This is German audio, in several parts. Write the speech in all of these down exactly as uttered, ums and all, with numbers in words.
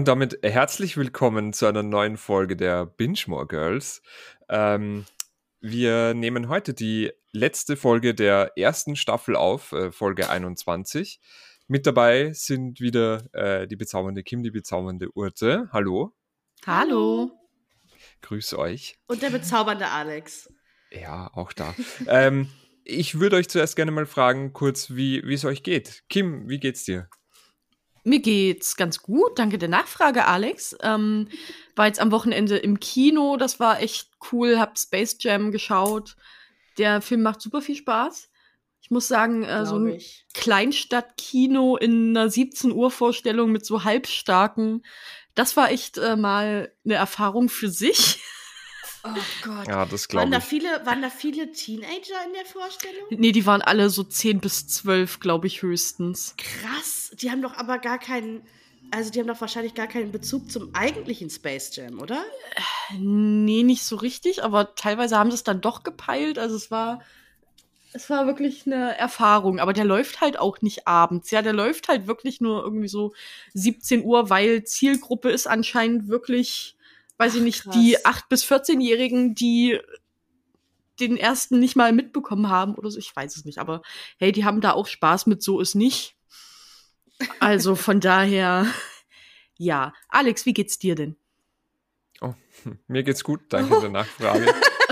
Und damit herzlich willkommen zu einer neuen Folge der Binge-More Girls. Ähm, wir nehmen heute die letzte Folge der ersten Staffel auf, äh, Folge einundzwanzig. Mit dabei sind wieder äh, die bezaubernde Kim, die bezaubernde Urte. Hallo. Hallo. Grüß euch. Und der bezaubernde Alex. Ja, auch da. ähm, ich würde euch zuerst gerne mal fragen, kurz, wie wie es euch geht. Kim, wie geht's dir? Mir geht's ganz gut, danke der Nachfrage, Alex. Ähm, war jetzt am Wochenende im Kino, das war echt cool, hab Space Jam geschaut. Der Film macht super viel Spaß. Ich muss sagen, äh, so ein ich. Kleinstadtkino in einer siebzehn Uhr Vorstellung mit so Halbstarken, das war echt äh, mal eine Erfahrung für sich. Oh Gott. Ja, das Waren glaube da ich. viele, waren da viele Teenager in der Vorstellung? Nee, die waren alle so zehn bis zwölf, glaube ich, höchstens. Krass. Die haben doch aber gar keinen, also die haben doch wahrscheinlich gar keinen Bezug zum eigentlichen Space Jam, oder? Nee, nicht so richtig, aber teilweise haben sie es dann doch gepeilt. Also es war, es war wirklich eine Erfahrung. Aber der läuft halt auch nicht abends. Ja, der läuft halt wirklich nur irgendwie so siebzehn Uhr, weil Zielgruppe ist anscheinend wirklich, weiß Ach, ich nicht, krass. die acht bis vierzehn-Jährigen, die den ersten nicht mal mitbekommen haben oder so. Ich weiß es nicht. Aber hey, die haben da auch Spaß mit, so ist nicht. Also von daher, ja. Alex, wie geht's dir denn? Oh, hm, mir geht's gut, danke der Nachfrage.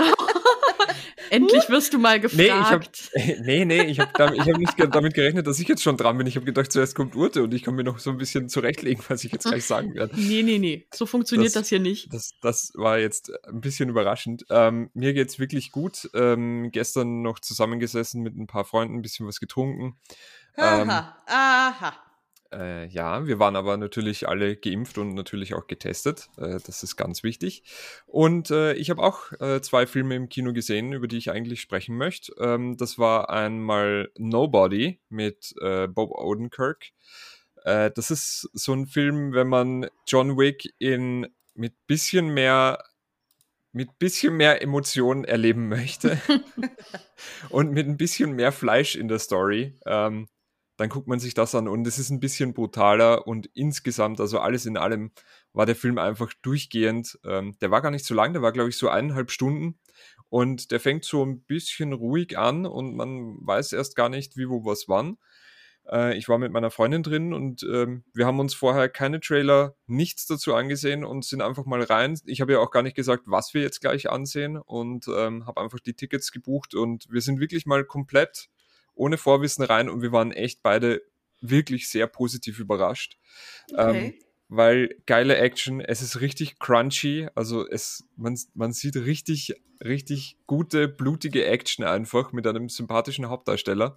Endlich wirst du mal Nee, ich hab, gefragt. nee, nee, ich habe ich hab nicht ge- damit gerechnet, dass ich jetzt schon dran bin. Ich habe gedacht, zuerst kommt Urte und ich kann mir noch so ein bisschen zurechtlegen, was ich jetzt gleich sagen werde. Nee, nee, nee. So funktioniert das, Das- hier nicht. Das, das war jetzt ein bisschen überraschend. Ähm, mir geht's wirklich gut. Ähm, gestern noch zusammengesessen mit ein paar Freunden, ein bisschen was getrunken. Ähm, Aha, aha. Äh, ja, wir waren aber natürlich alle geimpft und natürlich auch getestet. Äh, das ist ganz wichtig. Und äh, ich habe auch äh, zwei Filme im Kino gesehen, über die ich eigentlich sprechen möchte. Ähm, das war einmal Nobody mit äh, Bob Odenkirk. Äh, das ist so ein Film, wenn man John Wick in mit bisschen mehr mit bisschen mehr Emotionen erleben möchte und mit ein bisschen mehr Fleisch in der Story. Ähm, dann guckt man sich das an und es ist ein bisschen brutaler und insgesamt, also alles in allem, war der Film einfach durchgehend, ähm, der war gar nicht so lang, der war glaube ich so eineinhalb Stunden und der fängt so ein bisschen ruhig an und man weiß erst gar nicht, wie, wo, was, wann. Äh, ich war mit meiner Freundin drin und ähm, wir haben uns vorher keine Trailer, nichts dazu angesehen und sind einfach mal rein. Ich habe ja auch gar nicht gesagt, was wir jetzt gleich ansehen und ähm, habe einfach die Tickets gebucht und wir sind wirklich mal komplett ohne Vorwissen rein und wir waren echt beide wirklich sehr positiv überrascht. Okay. Ähm, weil geile Action, es ist richtig crunchy, also es, man, man sieht richtig, richtig gute, blutige Action einfach mit einem sympathischen Hauptdarsteller.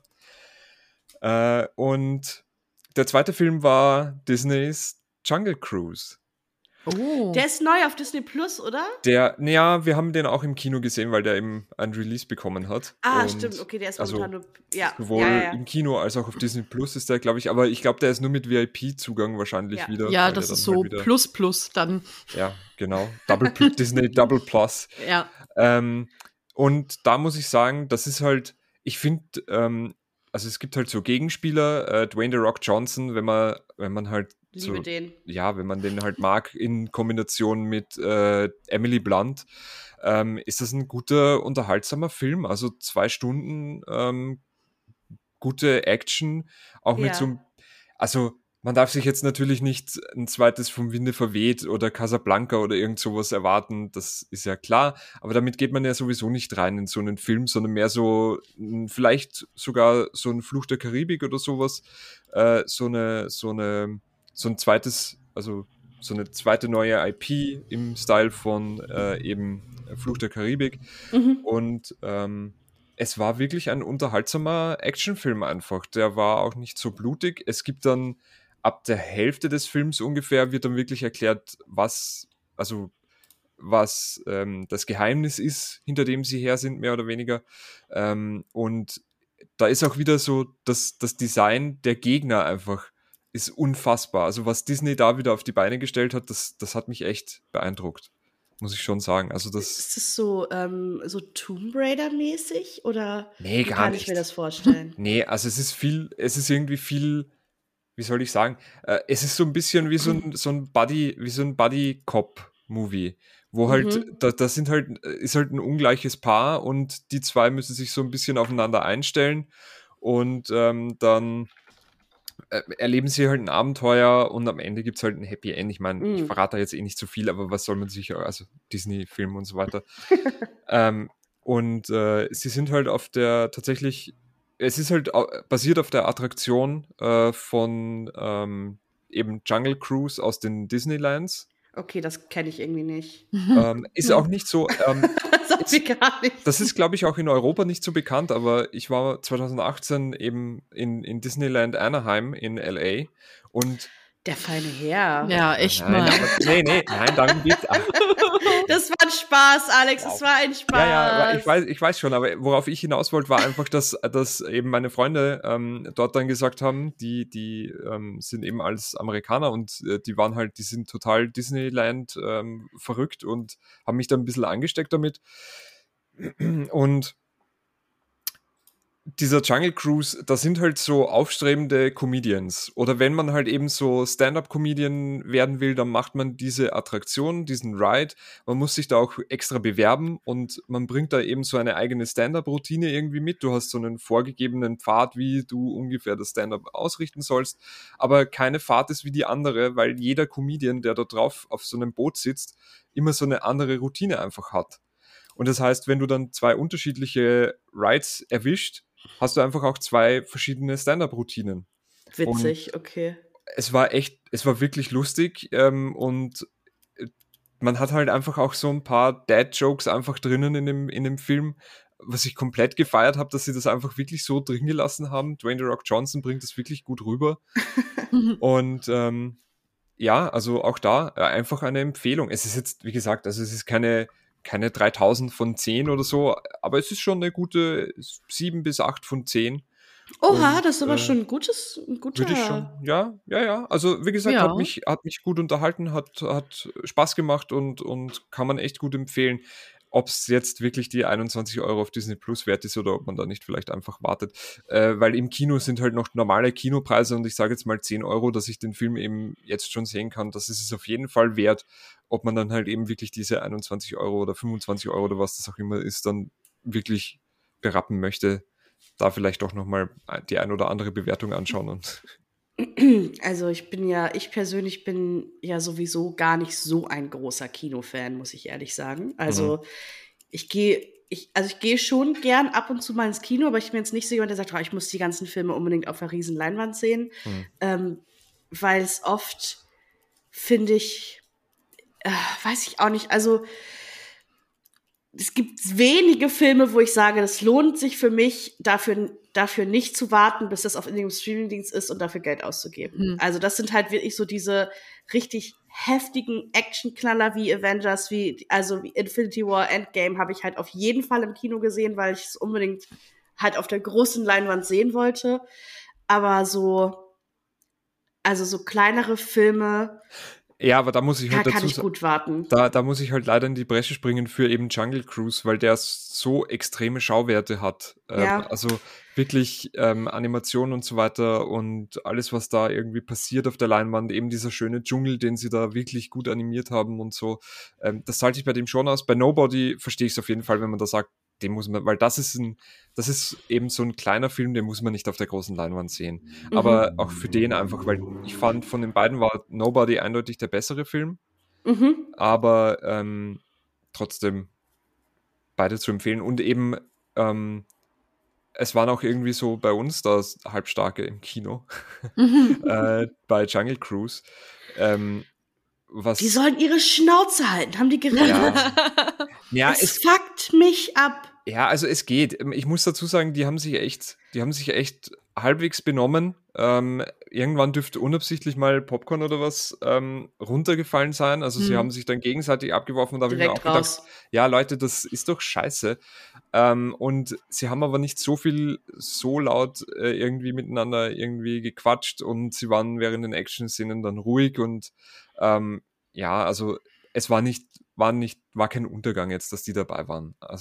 Äh, und der zweite Film war Disneys Jungle Cruise. Oh. Der ist neu auf Disney Plus, oder? Der, naja, wir haben den auch im Kino gesehen, weil der eben ein Release bekommen hat. Ah, Und stimmt. Okay, der ist also momentan nur. Ja, sowohl ja, ja, ja. im Kino als auch auf Disney Plus ist der, glaube ich, aber ich glaube, der ist nur mit V I P-Zugang wahrscheinlich Ja. wieder. Ja, weil das der ist dann so halt wieder, plus plus dann. Ja, genau. Double Pl- Disney Double Plus. Ja. Ähm, und da muss ich sagen, das ist halt, ich finde, ähm, also es gibt halt so Gegenspieler, äh, Dwayne The Rock Johnson, wenn man, wenn man halt Liebe so, den. ja, wenn man den halt mag in Kombination mit äh, Emily Blunt, ähm, ist das ein guter, unterhaltsamer Film. Also zwei Stunden ähm, gute Action, auch mit Ja. so einem, also man darf sich jetzt natürlich nicht ein zweites vom Winde verweht oder Casablanca oder irgend sowas erwarten, das ist ja klar, aber damit geht man ja sowieso nicht rein in so einen Film, sondern mehr so, mh, vielleicht sogar so ein Fluch der Karibik oder sowas, äh, so eine, so eine, so ein zweites, also so eine zweite neue I P im Style von äh, eben Fluch der Karibik Mhm. und ähm, es war wirklich ein unterhaltsamer Actionfilm einfach. Der war auch nicht so blutig. Es gibt dann ab der Hälfte des Films ungefähr wird dann wirklich erklärt, was, also was ähm, das Geheimnis ist, hinter dem sie her sind, mehr oder weniger. Ähm, und da ist auch wieder so, dass das Design der Gegner einfach ist unfassbar. Also was Disney da wieder auf die Beine gestellt hat, das, das hat mich echt beeindruckt. Muss ich schon sagen. Also das. Ist das so, ähm, so Tomb Raider-mäßig? Oder Nee, wie gar kann ich nicht. mir das vorstellen? Nee, also es ist viel, es ist irgendwie viel, wie soll ich sagen, äh, es ist so ein bisschen wie so ein, so ein Buddy, wie so ein Buddy-Cop-Movie, wo halt, Mhm. da, das sind halt, ist halt ein ungleiches Paar und die zwei müssen sich so ein bisschen aufeinander einstellen und ähm, dann äh, erleben sie halt ein Abenteuer und am Ende gibt es halt ein Happy End. Ich meine, ich Mhm. verrate da jetzt eh nicht zu viel, aber was soll man sich, also Disney-Film und so weiter. ähm, und äh, sie sind halt auf der tatsächlich, es ist halt au- basiert auf der Attraktion äh, von ähm, eben Jungle Cruise aus den Disneylands. Okay, das kenne ich irgendwie nicht. Ähm, ist auch nicht so, ähm, Das sagt mir ist, gar nichts. das ist, glaube ich, auch in Europa nicht so bekannt, aber ich war zwanzig achtzehn eben in, in Disneyland Anaheim in L A und Der feine Herr. Ja, echt nein, mal. aber, nee, nee, nein, darum geht's. Ach, Das war ein Spaß, Alex. wow. Das war ein Spaß. Ja, ja, aber ich weiß, ich weiß schon, aber worauf ich hinaus wollte, war einfach, dass, dass eben meine Freunde ähm, dort dann gesagt haben, die, die ähm, sind eben als Amerikaner und äh, die waren halt, die sind total Disneyland ähm, verrückt und haben mich dann ein bisschen angesteckt damit. Und dieser Jungle Cruise, da sind halt so aufstrebende Comedians. Oder wenn man halt eben so Stand-up-Comedian werden will, dann macht man diese Attraktion, diesen Ride. Man muss sich da auch extra bewerben und man bringt da eben so eine eigene Stand-up-Routine irgendwie mit. Du hast so einen vorgegebenen Pfad, wie du ungefähr das Stand-up ausrichten sollst. Aber keine Fahrt ist wie die andere, weil jeder Comedian, der da drauf auf so einem Boot sitzt, immer so eine andere Routine einfach hat. Und das heißt, wenn du dann zwei unterschiedliche Rides erwischt, hast du einfach auch zwei verschiedene Stand-up-Routinen. Witzig, okay. Es war echt, es war wirklich lustig ähm, und man hat halt einfach auch so ein paar Dad-Jokes einfach drinnen in dem, in dem Film, was ich komplett gefeiert habe, dass sie das einfach wirklich so drin gelassen haben. Dwayne The Rock Johnson bringt das wirklich gut rüber. Und ähm, ja, also auch da äh, einfach eine Empfehlung. Es ist jetzt, wie gesagt, also es ist keine, keine dreitausend von zehn oder so, aber es ist schon eine gute sieben bis acht von zehn. Oha, Und, das ist aber äh, schon ein gutes, ein würde ich schon, guter. ja, ja, ja. Also wie gesagt, hat Ja. mich, hat mich gut unterhalten, hat, hat Spaß gemacht und, und kann man echt gut empfehlen. Ob es jetzt wirklich die einundzwanzig Euro auf Disney Plus wert ist oder ob man da nicht vielleicht einfach wartet. Äh, weil im Kino sind halt noch normale Kinopreise und ich sage jetzt mal zehn Euro, dass ich den Film eben jetzt schon sehen kann. Das ist es auf jeden Fall wert. Ob man dann halt eben wirklich diese einundzwanzig Euro oder fünfundzwanzig Euro oder was das auch immer ist, dann wirklich berappen möchte, da vielleicht doch nochmal die ein oder andere Bewertung anschauen und Also ich bin ja, ich persönlich bin ja sowieso gar nicht so ein großer Kinofan, muss ich ehrlich sagen. Also ich gehe, ich, also ich gehe schon gern ab und zu mal ins Kino, aber ich bin jetzt nicht so jemand, der sagt, oh, ich muss die ganzen Filme unbedingt auf einer riesen Leinwand sehen, hm. ähm, weil es oft, finde ich, äh, weiß ich auch nicht, also es gibt wenige Filme, wo ich sage, das lohnt sich für mich, dafür, dafür nicht zu warten, bis das auf irgendeinem Streamingdienst ist und dafür Geld auszugeben. Hm. Also das sind halt wirklich so diese richtig heftigen Actionknaller wie Avengers, wie also wie Infinity War, Endgame habe ich halt auf jeden Fall im Kino gesehen, weil ich es unbedingt halt auf der großen Leinwand sehen wollte. Aber so, also so kleinere Filme, Ja, aber da muss ich da halt kann dazu ich sagen, gut warten. da, da muss ich halt leider in die Bresche springen für eben Jungle Cruise, weil der so extreme Schauwerte hat. Ähm, Ja. Also wirklich ähm, Animation und so weiter und alles, was da irgendwie passiert auf der Leinwand, eben dieser schöne Dschungel, den sie da wirklich gut animiert haben und so. Ähm, das halte ich bei dem schon aus. Bei Nobody verstehe ich es auf jeden Fall, wenn man da sagt, den muss man, weil das ist ein, das ist eben so ein kleiner Film, den muss man nicht auf der großen Leinwand sehen. Mhm. Aber auch für den einfach, weil ich fand, von den beiden war Nobody eindeutig der bessere Film. Mhm. Aber ähm, trotzdem beide zu empfehlen. Und eben, ähm, es waren auch irgendwie so bei uns da Halbstarke im Kino äh, bei Jungle Cruise. Ähm, was, Die sollen ihre Schnauze halten, haben die geredet. ja, ja, es, es, fuckt mich ab. ja, also es geht. Ich muss dazu sagen, die haben sich echt, die haben sich echt halbwegs benommen. Ähm, irgendwann dürfte unabsichtlich mal Popcorn oder was ähm, runtergefallen sein. Also sie Hm. haben sich dann gegenseitig abgeworfen und da habe ich mir auch Direkt gedacht, raus. ja Leute, das ist doch scheiße. Ähm, und sie haben aber nicht so viel, so laut äh, irgendwie miteinander irgendwie gequatscht und sie waren während den Action-Szenen dann ruhig und ähm, ja, also es war nicht, war nicht, war kein Untergang jetzt, dass die dabei waren. Also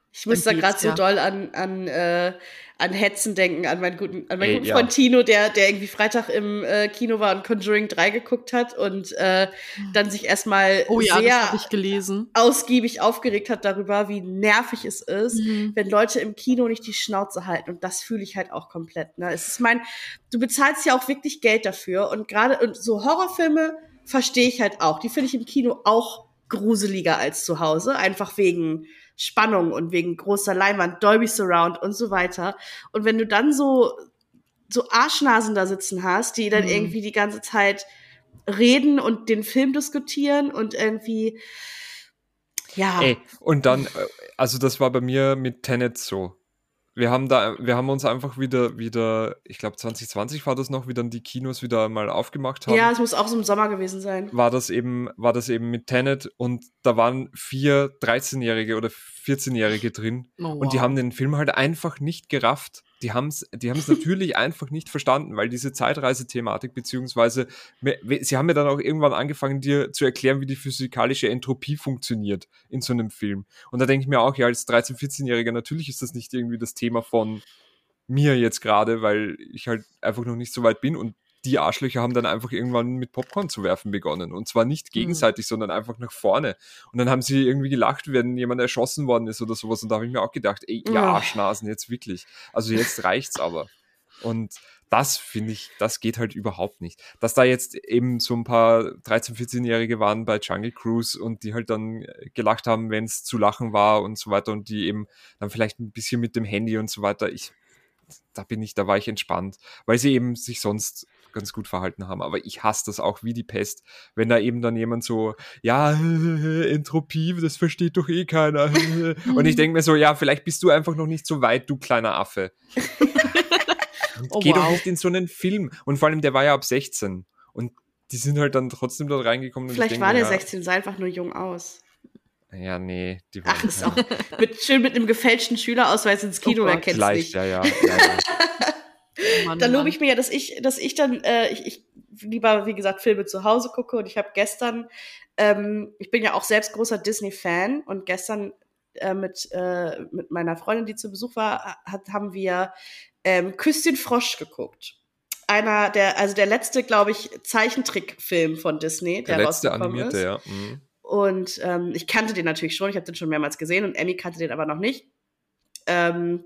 Ich muss da gerade so doll an, an, äh, an Hetzen denken, an meinen guten, an meinen Ey, guten ja. Freund Tino, der, der irgendwie Freitag im äh, Kino war und Conjuring drei geguckt hat und äh, dann sich erstmal Oh ja, das sehr habe ich gelesen. ausgiebig aufgeregt hat darüber, wie nervig es ist, Mhm. wenn Leute im Kino nicht die Schnauze halten. Und das fühle ich halt auch komplett. Ne? Es ist mein, du bezahlst ja auch wirklich Geld dafür. Und gerade und so Horrorfilme verstehe ich halt auch. Die finde ich im Kino auch gruseliger als zu Hause. Einfach wegen Spannung und wegen großer Leinwand, Dolby Surround und so weiter. Und wenn du dann so, so Arschnasen da sitzen hast, die dann Mhm. irgendwie die ganze Zeit reden und den Film diskutieren und irgendwie, ja. Ey, und dann, äh, also das war bei mir mit Tenet so. Wir haben da, wir haben uns einfach wieder, wieder, ich glaube zwanzig zwanzig war das noch, wie dann die Kinos wieder mal aufgemacht haben. Ja, es muss auch so im Sommer gewesen sein. War das eben, war das eben mit Tenet und da waren vier dreizehnjährige oder vierzehnjährige drin Oh, wow. und die haben den Film halt einfach nicht gerafft. Die haben es die haben's natürlich einfach nicht verstanden, weil diese Zeitreisethematik, beziehungsweise sie haben ja dann auch irgendwann angefangen, dir zu erklären, wie die physikalische Entropie funktioniert in so einem Film. Und da denke ich mir auch, ja, als dreizehn-, vierzehnjähriger, natürlich ist das nicht irgendwie das Thema von mir jetzt gerade, weil ich halt einfach noch nicht so weit bin und die Arschlöcher haben dann einfach irgendwann mit Popcorn zu werfen begonnen. Und zwar nicht gegenseitig, mhm. sondern einfach nach vorne. Und dann haben sie irgendwie gelacht, wenn jemand erschossen worden ist oder sowas. Und da habe ich mir auch gedacht, ey, ihr Arschnasen, jetzt wirklich. Also jetzt reicht's aber. Und das finde ich, das geht halt überhaupt nicht. Dass da jetzt eben so ein paar dreizehn-, vierzehnjährige waren bei Jungle Cruise und die halt dann gelacht haben, wenn es zu lachen war und so weiter und die eben dann vielleicht ein bisschen mit dem Handy und so weiter. Ich, da bin ich, da war ich entspannt, weil sie eben sich sonst ganz gut verhalten haben, aber ich hasse das auch wie die Pest, wenn da eben dann jemand so, ja, Entropie, das versteht doch eh keiner. Und ich denke mir so, ja, vielleicht bist du einfach noch nicht so weit, du kleiner Affe. Oh, Geh wow. doch nicht in so einen Film. Und vor allem, der war ja ab sechzehn. Und die sind halt dann trotzdem dort reingekommen. Und Vielleicht ich war denke, der ja, sechzehn, sah einfach nur jung aus. Ja, nee. Die waren Ach, ist auch mit, schön mit einem gefälschten Schülerausweis ins Kino, Oh wer Gott. kennt's Vielleicht, nicht. ja, ja. ja, ja. Oh Mann, Da oh lobe Mann. ich mir ja, dass ich, dass ich dann, äh, ich, ich lieber, wie gesagt, Filme zu Hause gucke und ich habe gestern, ähm, ich bin ja auch selbst großer Disney-Fan und gestern äh, mit, äh, mit meiner Freundin, die zu Besuch war, hat, haben wir ähm, Küss den Frosch geguckt. Einer der, also der letzte, glaube ich, Zeichentrickfilm von Disney, der, Der letzte rausgekommen animierte, ist. ja. Mhm. Und ähm, ich kannte den natürlich schon, ich habe den schon mehrmals gesehen und Emmy kannte den aber noch nicht. Ähm,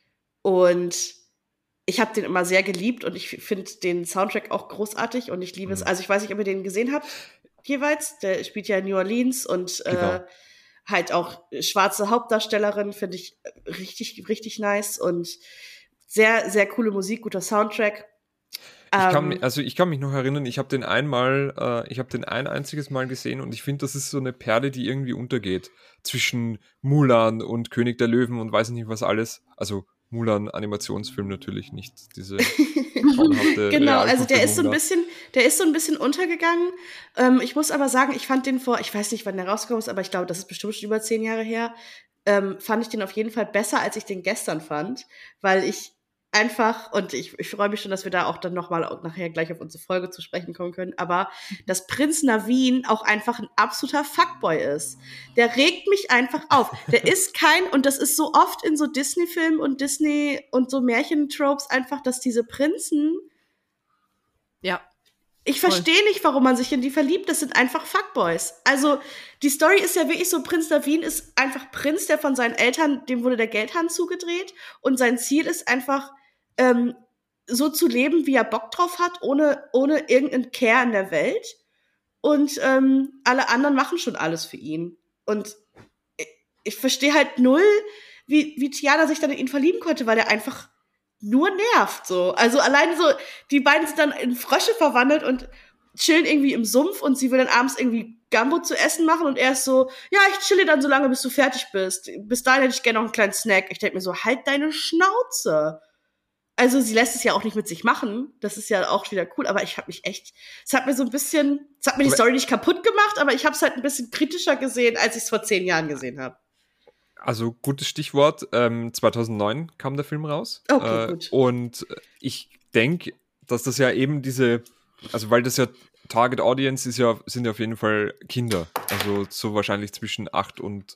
und ich habe den immer sehr geliebt und ich finde den Soundtrack auch großartig und ich liebe es. Mhm. Also ich weiß nicht, ob ihr den gesehen habt jeweils. Der spielt ja in New Orleans und Genau. äh, halt auch schwarze Hauptdarstellerin, finde ich richtig, richtig nice und sehr, sehr coole Musik, guter Soundtrack. Ich kann, Ähm, mi- also ich kann mich noch erinnern, ich habe den einmal, äh, ich habe den ein einziges Mal gesehen und ich finde, das ist so eine Perle, die irgendwie untergeht zwischen Mulan und König der Löwen und weiß nicht was alles. Also Mulan Animationsfilm natürlich, nicht diese grauenhafte Genau, also der Realverfilmung ist so ein da. bisschen, der ist so ein bisschen untergegangen. Ähm, ich muss aber sagen, ich fand den vor, ich weiß nicht, wann der rausgekommen ist, aber ich glaube, das ist bestimmt schon über zehn Jahre her. Ähm, fand ich den auf jeden Fall besser, als ich den gestern fand, weil ich einfach, und ich, ich freue mich schon, dass wir da auch dann nochmal nachher gleich auf unsere Folge zu sprechen kommen können, aber dass Prinz Navin auch einfach ein absoluter Fuckboy ist. Der regt mich einfach auf. Der ist kein, und das ist so oft in so Disney-Filmen und Disney und so Märchentropes einfach, dass diese Prinzen, Ja. ich Voll. verstehe nicht, warum man sich in die verliebt. Das sind einfach Fuckboys. Also, die Story ist ja wirklich so, Prinz Navin ist einfach Prinz, der von seinen Eltern, dem wurde der Geldhahn zugedreht. Und sein Ziel ist einfach, ähm, so zu leben, wie er Bock drauf hat, ohne, ohne irgendeinen Care in der Welt. Und ähm, alle anderen machen schon alles für ihn. Und ich, ich verstehe halt null, wie, wie Tiana sich dann in ihn verlieben konnte, weil er einfach nur nervt, so. Also allein so, die beiden sind dann in Frösche verwandelt und chillen irgendwie im Sumpf und sie will dann abends irgendwie Gumbo zu essen machen und er ist so, ja, ich chille dann so lange, bis du fertig bist. Bis dahin hätte ich gerne noch einen kleinen Snack. Ich denke mir so, halt deine Schnauze. Also sie lässt es ja auch nicht mit sich machen. Das ist ja auch wieder cool, aber ich habe mich echt, es hat mir so ein bisschen, es hat mir die Aber- Story nicht kaputt gemacht, aber ich habe es halt ein bisschen kritischer gesehen, als ich es vor zehn Jahren gesehen habe. Also gutes Stichwort, ähm, zweitausendneun kam der Film raus. Okay, äh, gut. Und ich denke, dass das ja eben diese, also weil das ja Target Audience ist ja, sind ja auf jeden Fall Kinder. Also so wahrscheinlich zwischen acht und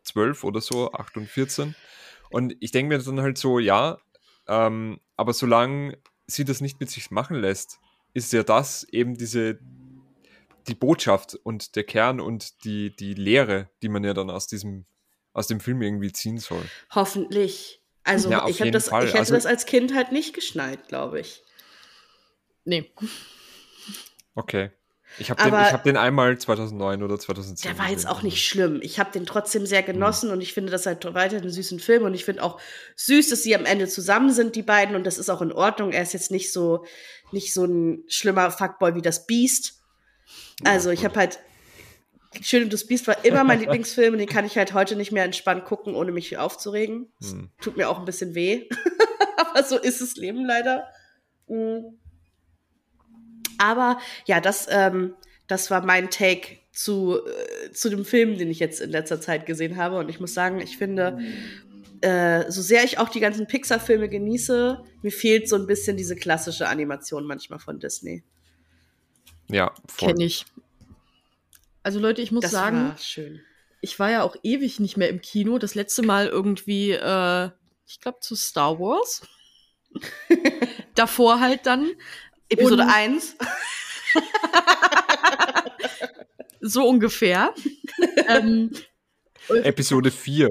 zwölf oder so, acht und vierzehn. Und ich denke mir dann halt so, ja, ähm, aber solange sie das nicht mit sich machen lässt, ist ja das eben diese, die Botschaft und der Kern und die, die Lehre, die man ja dann aus diesem, aus dem Film irgendwie ziehen soll. Hoffentlich. Also Ja, auf ich, hab jeden das, Fall. ich hätte Also- das als Kind halt nicht geschnallt, glaube ich. Nee. Okay. Ich habe den, Aber- ich hab den einmal zweitausendneun oder zweitausendzehn Der war jetzt gesehen. auch nicht schlimm. Ich habe den trotzdem sehr Hm. genossen und ich finde das halt weiterhin einen süßen Film und ich finde auch süß, dass sie am Ende zusammen sind, die beiden, und das ist auch in Ordnung. Er ist jetzt nicht so, nicht so ein schlimmer Fuckboy wie das Beast. Also ich gut. habe halt Schön und das Biest war immer mein Lieblingsfilm und den kann ich halt heute nicht mehr entspannt gucken, ohne mich aufzuregen. Das Hm. tut mir auch ein bisschen weh. Aber so ist das Leben leider. Mhm. Aber ja, das, ähm, das war mein Take zu, äh, zu dem Film, den ich jetzt in letzter Zeit gesehen habe. Und ich muss sagen, ich finde, äh, so sehr ich auch die ganzen Pixar-Filme genieße, mir fehlt so ein bisschen diese klassische Animation manchmal von Disney. Ja, voll. Kenn ich. Also Leute, ich muss Das sagen, war schön. ich war ja auch ewig nicht mehr im Kino. Das letzte Mal irgendwie, äh, ich glaube, zu Star Wars. Davor halt dann. Episode Und- eins. So ungefähr. ähm, Episode vier.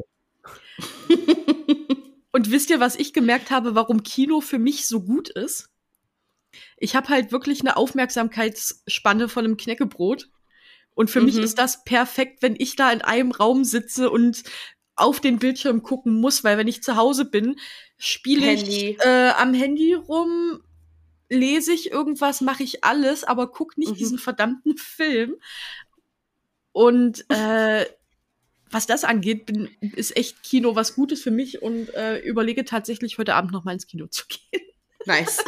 Und wisst ihr, was ich gemerkt habe, warum Kino für mich so gut ist? Ich habe halt wirklich eine Aufmerksamkeitsspanne von einem Knäckebrot. Und für Mhm. mich ist das perfekt, wenn ich da in einem Raum sitze und auf den Bildschirm gucken muss, weil wenn ich zu Hause bin, spiele ich Handy. äh, am Handy rum, lese ich irgendwas, mache ich alles, aber guck nicht Mhm. diesen verdammten Film. Und äh, was das angeht, bin, ist echt Kino was Gutes für mich und äh, überlege tatsächlich heute Abend noch mal ins Kino zu gehen. Nice.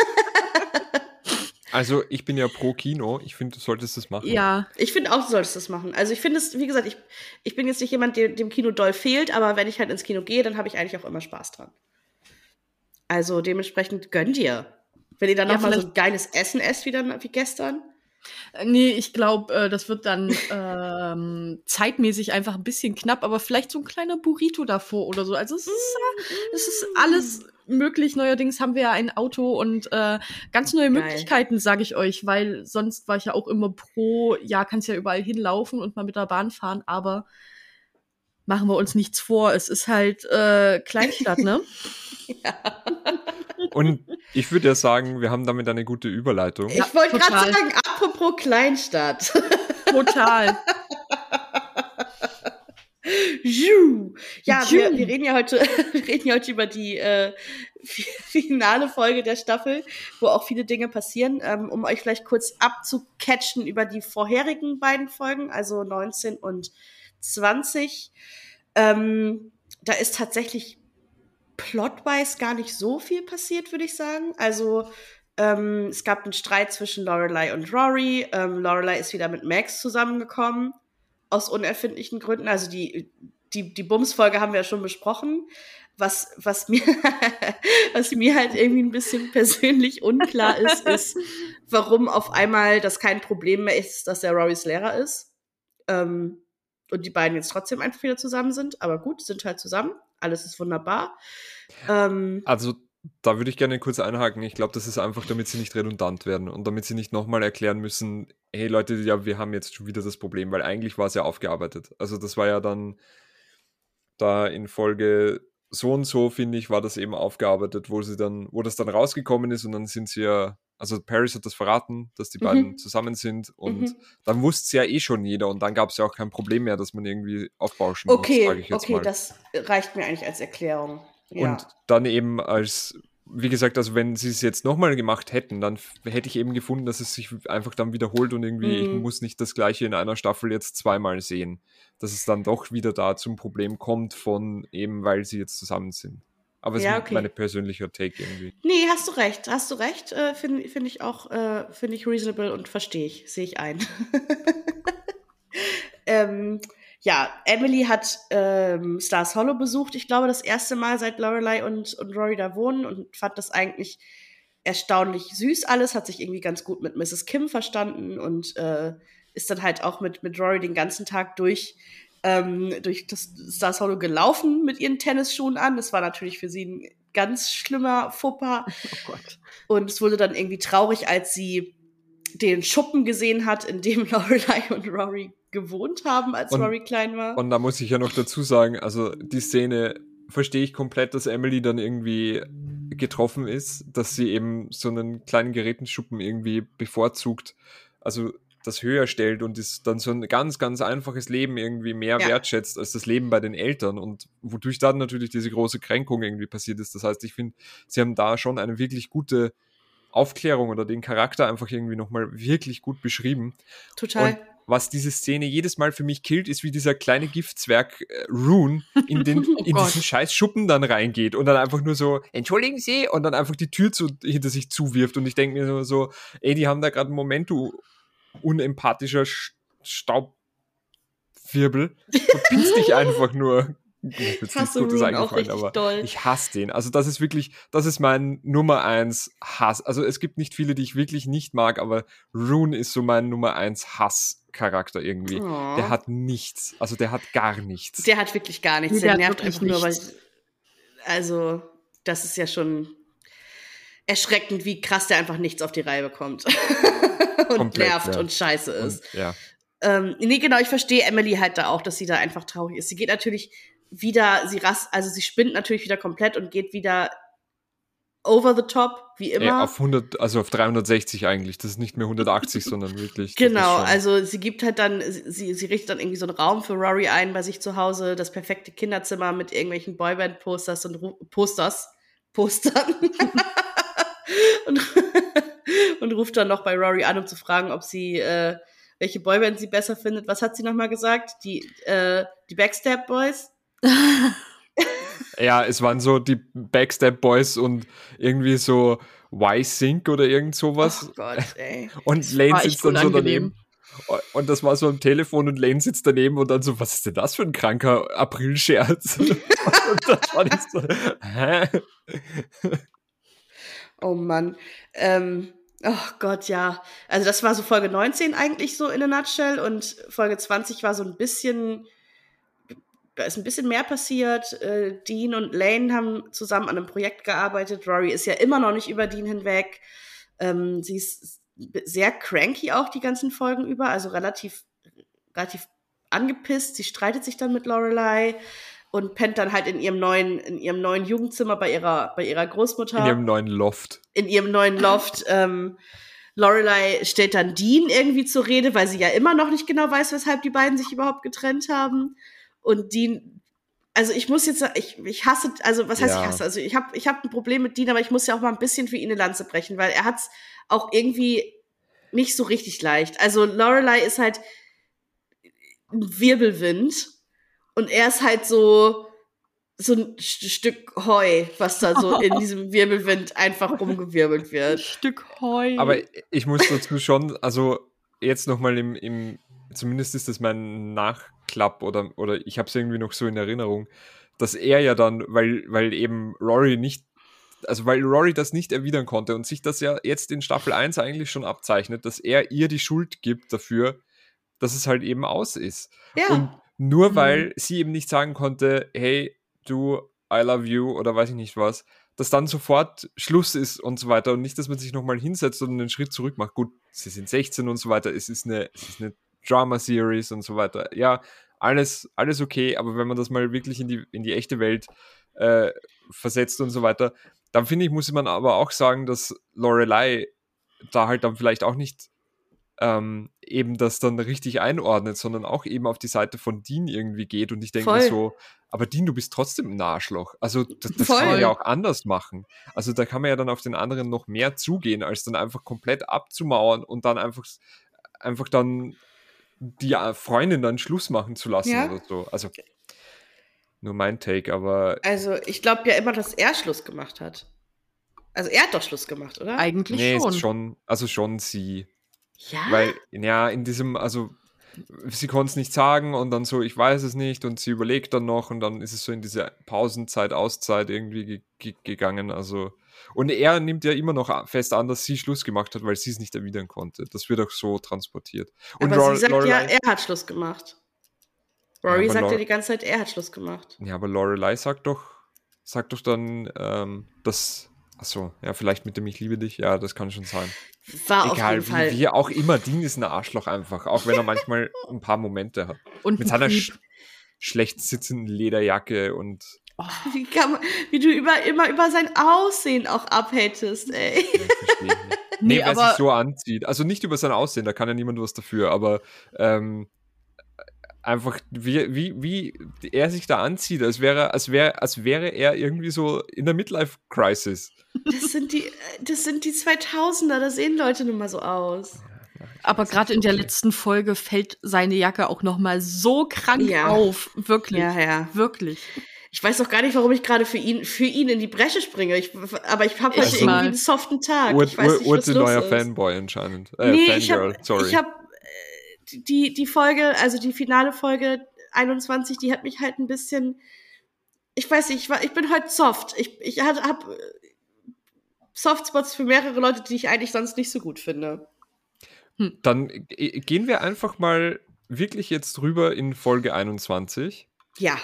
Also ich bin ja pro Kino. Ich finde, du solltest das machen. Ja, Ich finde auch, du solltest das machen. Also ich finde es, wie gesagt, ich, ich bin jetzt nicht jemand, dem, dem Kino doll fehlt, aber wenn ich halt ins Kino gehe, dann habe ich eigentlich auch immer Spaß dran. Also dementsprechend gönn dir. Wenn ihr dann Ja, noch mal so vielleicht- ein geiles Essen esst wie, dann, wie gestern. Äh, nee, ich glaube, äh, das wird dann ähm, zeitmäßig einfach ein bisschen knapp, aber vielleicht so ein kleiner Burrito davor oder so. Also es ist, äh, es ist alles möglich. Neuerdings haben wir ja ein Auto und äh, ganz neue Geil. Möglichkeiten, sage ich euch, weil sonst war ich ja auch immer pro, ja, kannst ja überall hinlaufen und mal mit der Bahn fahren, aber machen wir uns nichts vor. Es ist halt äh, Kleinstadt, ne? Und ich würde ja sagen, wir haben damit eine gute Überleitung. Ja, ich wollte gerade total. sagen, apropos Kleinstadt. Total. Juh. Ja, wir, Juh. wir reden ja heute, wir reden ja heute über die äh, finale Folge der Staffel, wo auch viele Dinge passieren. Ähm, um euch vielleicht kurz abzucatchen über die vorherigen beiden Folgen, also neunzehn und zwanzig. Ähm, da ist tatsächlich plotwise gar nicht so viel passiert, würde ich sagen. Also ähm, es gab einen Streit zwischen Lorelai und Rory. Ähm, Lorelai ist wieder mit Max zusammengekommen. Aus unerfindlichen Gründen. Also die, die, die Bums-Folge haben wir ja schon besprochen. Was, was mir, was mir halt irgendwie ein bisschen persönlich unklar ist, ist, warum auf einmal das kein Problem mehr ist, dass er Rorys Lehrer ist. Ähm, und die beiden jetzt trotzdem einfach wieder zusammen sind. Aber gut, sind halt zusammen. Alles ist wunderbar. Ähm, Also da würde ich gerne kurz einhaken. Ich glaube, das ist einfach, damit sie nicht redundant werden und damit sie nicht nochmal erklären müssen, hey Leute, ja, wir haben jetzt schon wieder das Problem, weil eigentlich war es ja aufgearbeitet. Also das war ja dann da in Folge so und so, finde ich, war das eben aufgearbeitet, wo sie dann, wo das dann rausgekommen ist und dann sind sie ja, also Paris hat das verraten, dass die beiden Mhm. zusammen sind und Mhm. dann wusste es ja eh schon jeder und dann gab es ja auch kein Problem mehr, dass man irgendwie aufbauschen muss, okay, sage ich jetzt okay, mal. das reicht mir eigentlich als Erklärung. Ja. Und dann eben als, wie gesagt, also wenn sie es jetzt nochmal gemacht hätten, dann f- hätte ich eben gefunden, dass es sich einfach dann wiederholt und irgendwie, ich Mhm. muss nicht das Gleiche in einer Staffel jetzt zweimal sehen. Dass es dann doch wieder da zum Problem kommt von eben, weil sie jetzt zusammen sind. Aber es Ja, ist okay. meine persönliche Take irgendwie. Nee, hast du recht, hast du recht. Äh, Finde find ich auch, äh, finde ich reasonable und verstehe ich, sehe ich ein. ähm, ja, Emily hat ähm, Stars Hollow besucht, ich glaube, das erste Mal seit Lorelai und, und Rory da wohnen und fand das eigentlich erstaunlich süß alles, hat sich irgendwie ganz gut mit Misses Kim verstanden und äh, ist dann halt auch mit, mit Rory den ganzen Tag durch ähm, durch das Stars Hollow gelaufen mit ihren Tennisschuhen an. Das war natürlich für sie ein ganz schlimmer Fauxpas. Oh Gott. Und es wurde dann irgendwie traurig, als sie den Schuppen gesehen hat, in dem Lorelei und Rory gewohnt haben, als Und- Rory klein war. Und da muss ich ja noch dazu sagen, also die Szene verstehe ich komplett, dass Emily dann irgendwie getroffen ist, dass sie eben so einen kleinen Gerätenschuppen irgendwie bevorzugt, also das höher stellt und ist dann so ein ganz, ganz einfaches Leben irgendwie mehr Ja. wertschätzt als das Leben bei den Eltern und wodurch dann natürlich diese große Kränkung irgendwie passiert ist. Das heißt, ich finde, sie haben da schon eine wirklich gute Aufklärung oder den Charakter einfach irgendwie nochmal wirklich gut beschrieben. Total. Und was diese Szene jedes Mal für mich killt, ist, wie dieser kleine Giftzwerg äh, Rune in, den, Oh in Gott. diesen scheiß Schuppen dann reingeht und dann einfach nur so, entschuldigen Sie, und dann einfach die Tür zu, hinter sich zuwirft. Und ich denke mir nur so, ey, die haben da gerade einen Moment, du unempathischer Sch- Staubwirbel. Verpiss dich einfach nur. Mir ist jetzt Hasse nichts Gutes Rune auch eingefallen, richtig aber doll. ich hasse den. Also das ist wirklich, das ist mein Nummer eins Hass. Also es gibt nicht viele, die ich wirklich nicht mag, aber Rune ist so mein Nummer eins Hasscharakter irgendwie. Oh. Der hat nichts. Also der hat gar nichts. Der hat wirklich gar nichts. Nee, Der, der hat nervt wirklich einfach nur, weil. nichts. Also, das ist ja schon erschreckend, wie krass der einfach nichts auf die Reihe bekommt. und Komplett, nervt ja. und scheiße Und, ist. ja. Ähm, nee, genau, ich verstehe Emily halt da auch, dass sie da einfach traurig ist. Sie geht natürlich wieder, sie rast, also sie spinnt natürlich wieder komplett und geht wieder over the top, wie immer. Äh, auf hundert, also auf dreihundertsechzig eigentlich. Das ist nicht mehr hundertachtzig, sondern wirklich. das Genau, ist schon- also sie gibt halt dann, sie, sie richtet dann irgendwie so einen Raum für Rory ein bei sich zu Hause, das perfekte Kinderzimmer mit irgendwelchen Boyband-Posters und Ru Posters, Postern. und, und ruft dann noch bei Rory an, um zu fragen, ob sie, äh, welche Boyband sie besser findet. Was hat sie nochmal gesagt? Die, äh, die Backstab Boys? Ja, es waren so die Backstep Boys und irgendwie so Y-Sync oder irgend sowas. Oh Gott, ey. Und Lane war echt sitzt dann so unangenehm. daneben. Und das war so am Telefon und Lane sitzt daneben und dann so, was ist denn das für ein kranker April-Scherz? Und das war nicht so, hä? Oh Mann. Ähm, oh Gott, ja. Also das war so Folge neunzehn eigentlich so in a nutshell und Folge zwanzig war so ein bisschen, da ist ein bisschen mehr passiert. Äh, Dean und Lane haben zusammen an einem Projekt gearbeitet. Rory ist ja immer noch nicht über Dean hinweg. Ähm, sie ist sehr cranky auch die ganzen Folgen über, also relativ, relativ angepisst. Sie streitet sich dann mit Lorelei und pennt dann halt in ihrem neuen, in ihrem neuen Jugendzimmer bei ihrer, bei ihrer Großmutter. In ihrem neuen Loft. in ihrem neuen Loft. Ähm, Lorelei stellt dann Dean irgendwie zur Rede, weil sie ja immer noch nicht genau weiß, weshalb die beiden sich überhaupt getrennt haben. Und Dean, also ich muss jetzt, ich, ich hasse, also was heißt Ja. ich hasse? Also ich habe ich hab ein Problem mit Dean, aber ich muss ja auch mal ein bisschen für ihn eine Lanze brechen, weil er hat's auch irgendwie nicht so richtig leicht. Also Lorelei ist halt ein Wirbelwind und er ist halt so so ein St- Stück Heu, was da so in diesem Wirbelwind einfach rumgewirbelt Ein wird. Stück Heu. Aber ich muss dazu schon, also jetzt nochmal im, im, zumindest ist das mein Nachklapp oder, oder ich habe es irgendwie noch so in Erinnerung, dass er ja dann, weil, weil eben Rory nicht, also weil Rory das nicht erwidern konnte und sich das ja jetzt in Staffel eins eigentlich schon abzeichnet, dass er ihr die Schuld gibt dafür, dass es halt eben aus ist. Ja. Und nur Mhm. weil sie eben nicht sagen konnte, hey, du, I love you oder weiß ich nicht was, dass dann sofort Schluss ist und so weiter und nicht, dass man sich nochmal hinsetzt und einen Schritt zurück macht. Gut, sie sind sechzehn und so weiter, es ist eine, es ist eine Drama-Series und so weiter. Ja, alles, alles okay, aber wenn man das mal wirklich in die, in die echte Welt äh, versetzt und so weiter, dann finde ich, muss man aber auch sagen, dass Lorelei da halt dann vielleicht auch nicht ähm, eben das dann richtig einordnet, sondern auch eben auf die Seite von Dean irgendwie geht und ich denke mir Voll. so, aber Dean, du bist trotzdem ein Arschloch. Also das, das Voll. kann man ja auch anders machen. Also da kann man ja dann auf den anderen noch mehr zugehen, als dann einfach komplett abzumauern und dann einfach, einfach dann die Freundin dann Schluss machen zu lassen Ja. oder so. Also nur mein Take, aber Also ich glaube ja immer, dass er Schluss gemacht hat. Also er hat doch Schluss gemacht, oder? Eigentlich nee, schon. ist schon, also schon sie. Ja. Weil, ja, in diesem, also sie konnte es nicht sagen und dann so, ich weiß es nicht und sie überlegt dann noch und dann ist es so in diese Pausenzeit, Auszeit irgendwie ge ge gegangen, also und er nimmt ja immer noch fest an, dass sie Schluss gemacht hat, weil sie es nicht erwidern konnte. Das wird auch so transportiert. Und Aber Lore- sie sagt ja, Lorelei, er hat Schluss gemacht. Rory aber sagt ja Lore- die ganze Zeit, er hat Schluss gemacht. Ja, aber Lorelei sagt doch, sagt doch dann, ähm, dass, achso, ja, vielleicht mit dem Ich liebe dich, ja, das kann schon sein. War auf Egal, jeden wie, Fall. wie auch immer, Dean ist ein Arschloch einfach, auch wenn er manchmal ein paar Momente hat. Und Mit ein seiner Creep. sch schlecht sitzenden Lederjacke und Wie, kann man, wie du über, immer über sein Aussehen auch abhatest, ey. ja, verstehe ich nicht. Nee, Nee, wer aber- sich so anzieht. Also nicht über sein Aussehen, da kann ja niemand was dafür, aber ähm, einfach, wie, wie, wie er sich da anzieht, als wäre, als wäre, als wäre er irgendwie so in der Midlife-Crisis. Das sind die, das sind die zweitausender, da sehen Leute nun mal so aus. Aber weiß gerade nicht, in der okay. letzten Folge fällt seine Jacke auch noch mal so krank Ja. auf. Wirklich. Ja, ja. Wirklich. Ich weiß auch gar nicht, warum ich gerade für ihn, für ihn in die Bresche springe. Ich, aber ich habe heute Ich irgendwie mal. einen soften Tag. Urt, Ich weiß nicht, Urt was ein los neuer ist. Fanboy anscheinend. Äh, Nee, ich Fangirl, habe sorry. ich hab, äh, die, die Folge, also die finale Folge einundzwanzig, die hat mich halt ein bisschen, ich weiß nicht, ich, war, ich bin heute soft. Ich, ich habe hab Softspots für mehrere Leute, die ich eigentlich sonst nicht so gut finde. Dann äh, gehen wir einfach mal wirklich jetzt rüber in Folge einundzwanzig. Ja.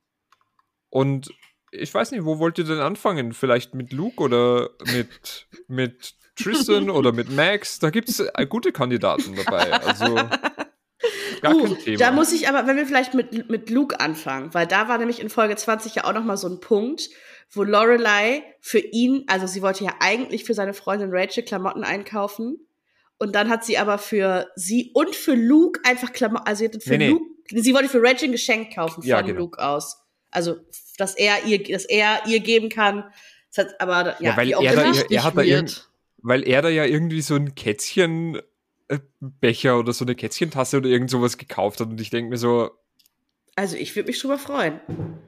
Und ich weiß nicht, wo wollt ihr denn anfangen? Vielleicht mit Luke oder mit, mit Tristan oder mit Max? Da gibt es gute Kandidaten dabei. Also gar Uh, kein Thema. da muss ich aber, wenn wir vielleicht mit, mit Luke anfangen, weil da war nämlich in Folge zwanzig ja auch noch mal so ein Punkt, wo Lorelei für ihn, also sie wollte ja eigentlich für seine Freundin Rachel Klamotten einkaufen und dann hat sie aber für sie und für Luke einfach Klamotten, also sie, hatte für Nee, nee. Luke, sie wollte für Rachel ein Geschenk kaufen von Ja, genau. Luke aus. Also, dass er ihr, dass er ihr geben kann. Das hat, aber, ja, Ja, weil wie auch er da- immer. er- Richtig hat da weird. irgend- Weil er da ja irgendwie so ein Kätzchenbecher oder so eine Kätzchentasse oder irgend sowas gekauft hat und ich denke mir so, Also, ich würde mich drüber freuen.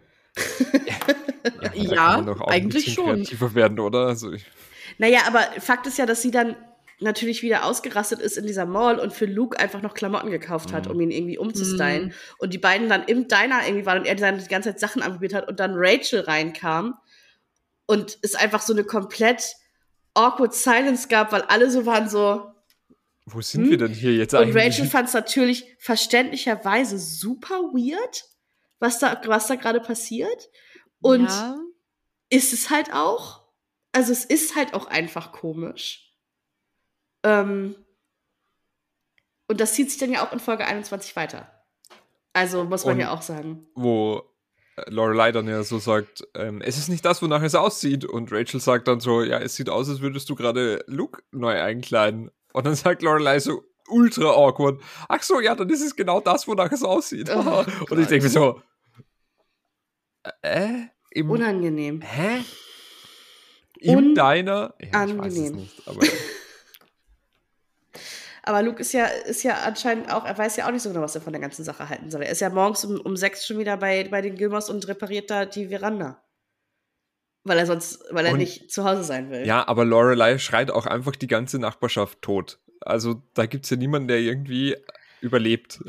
ja, da Ja, kann man doch auch ein eigentlich bisschen schon. kreativer werden, oder? Also ich, Naja, aber Fakt ist ja, dass sie dann natürlich wieder ausgerastet ist in dieser Mall und für Luke einfach noch Klamotten gekauft hat, Mhm. um ihn irgendwie umzustylen. Mhm. Und die beiden dann im Diner irgendwie waren und er dann die ganze Zeit Sachen anprobiert hat und dann Rachel reinkam und es einfach so eine komplett awkward Silence gab, weil alle so waren so. wo sind Hm? wir denn hier jetzt Und eigentlich? Rachel fand es natürlich verständlicherweise super weird, was da, was da gerade passiert. Und ja. ist es halt auch. Also es ist halt auch einfach komisch. Ähm, und das zieht sich dann ja auch in Folge einundzwanzig weiter. Also muss man Und- ja auch sagen. Wo äh, Lorelei dann ja so sagt, ähm, es ist nicht das, wonach es aussieht. Und Rachel sagt dann so, ja, es sieht aus, als würdest du gerade Luke neu einkleiden. Und dann sagt Lorelei so ultra awkward, ach so, ja, dann ist es genau das, wonach es aussieht. Oh Und ich denke mir so, äh? Im, Unangenehm. hä? Im Un- Diner? Ja, ich weiß es angenehm. nicht, aber Aber Luke ist ja, ist ja anscheinend auch, er weiß ja auch nicht so genau, was er von der ganzen Sache halten soll. Er ist ja morgens um, um sechs schon wieder bei, bei den Gilmores und repariert da die Veranda. Weil er sonst, weil er Und- nicht zu Hause sein will. ja, aber Lorelei schreit auch einfach die ganze Nachbarschaft tot. Also da gibt es ja niemanden, der irgendwie überlebt.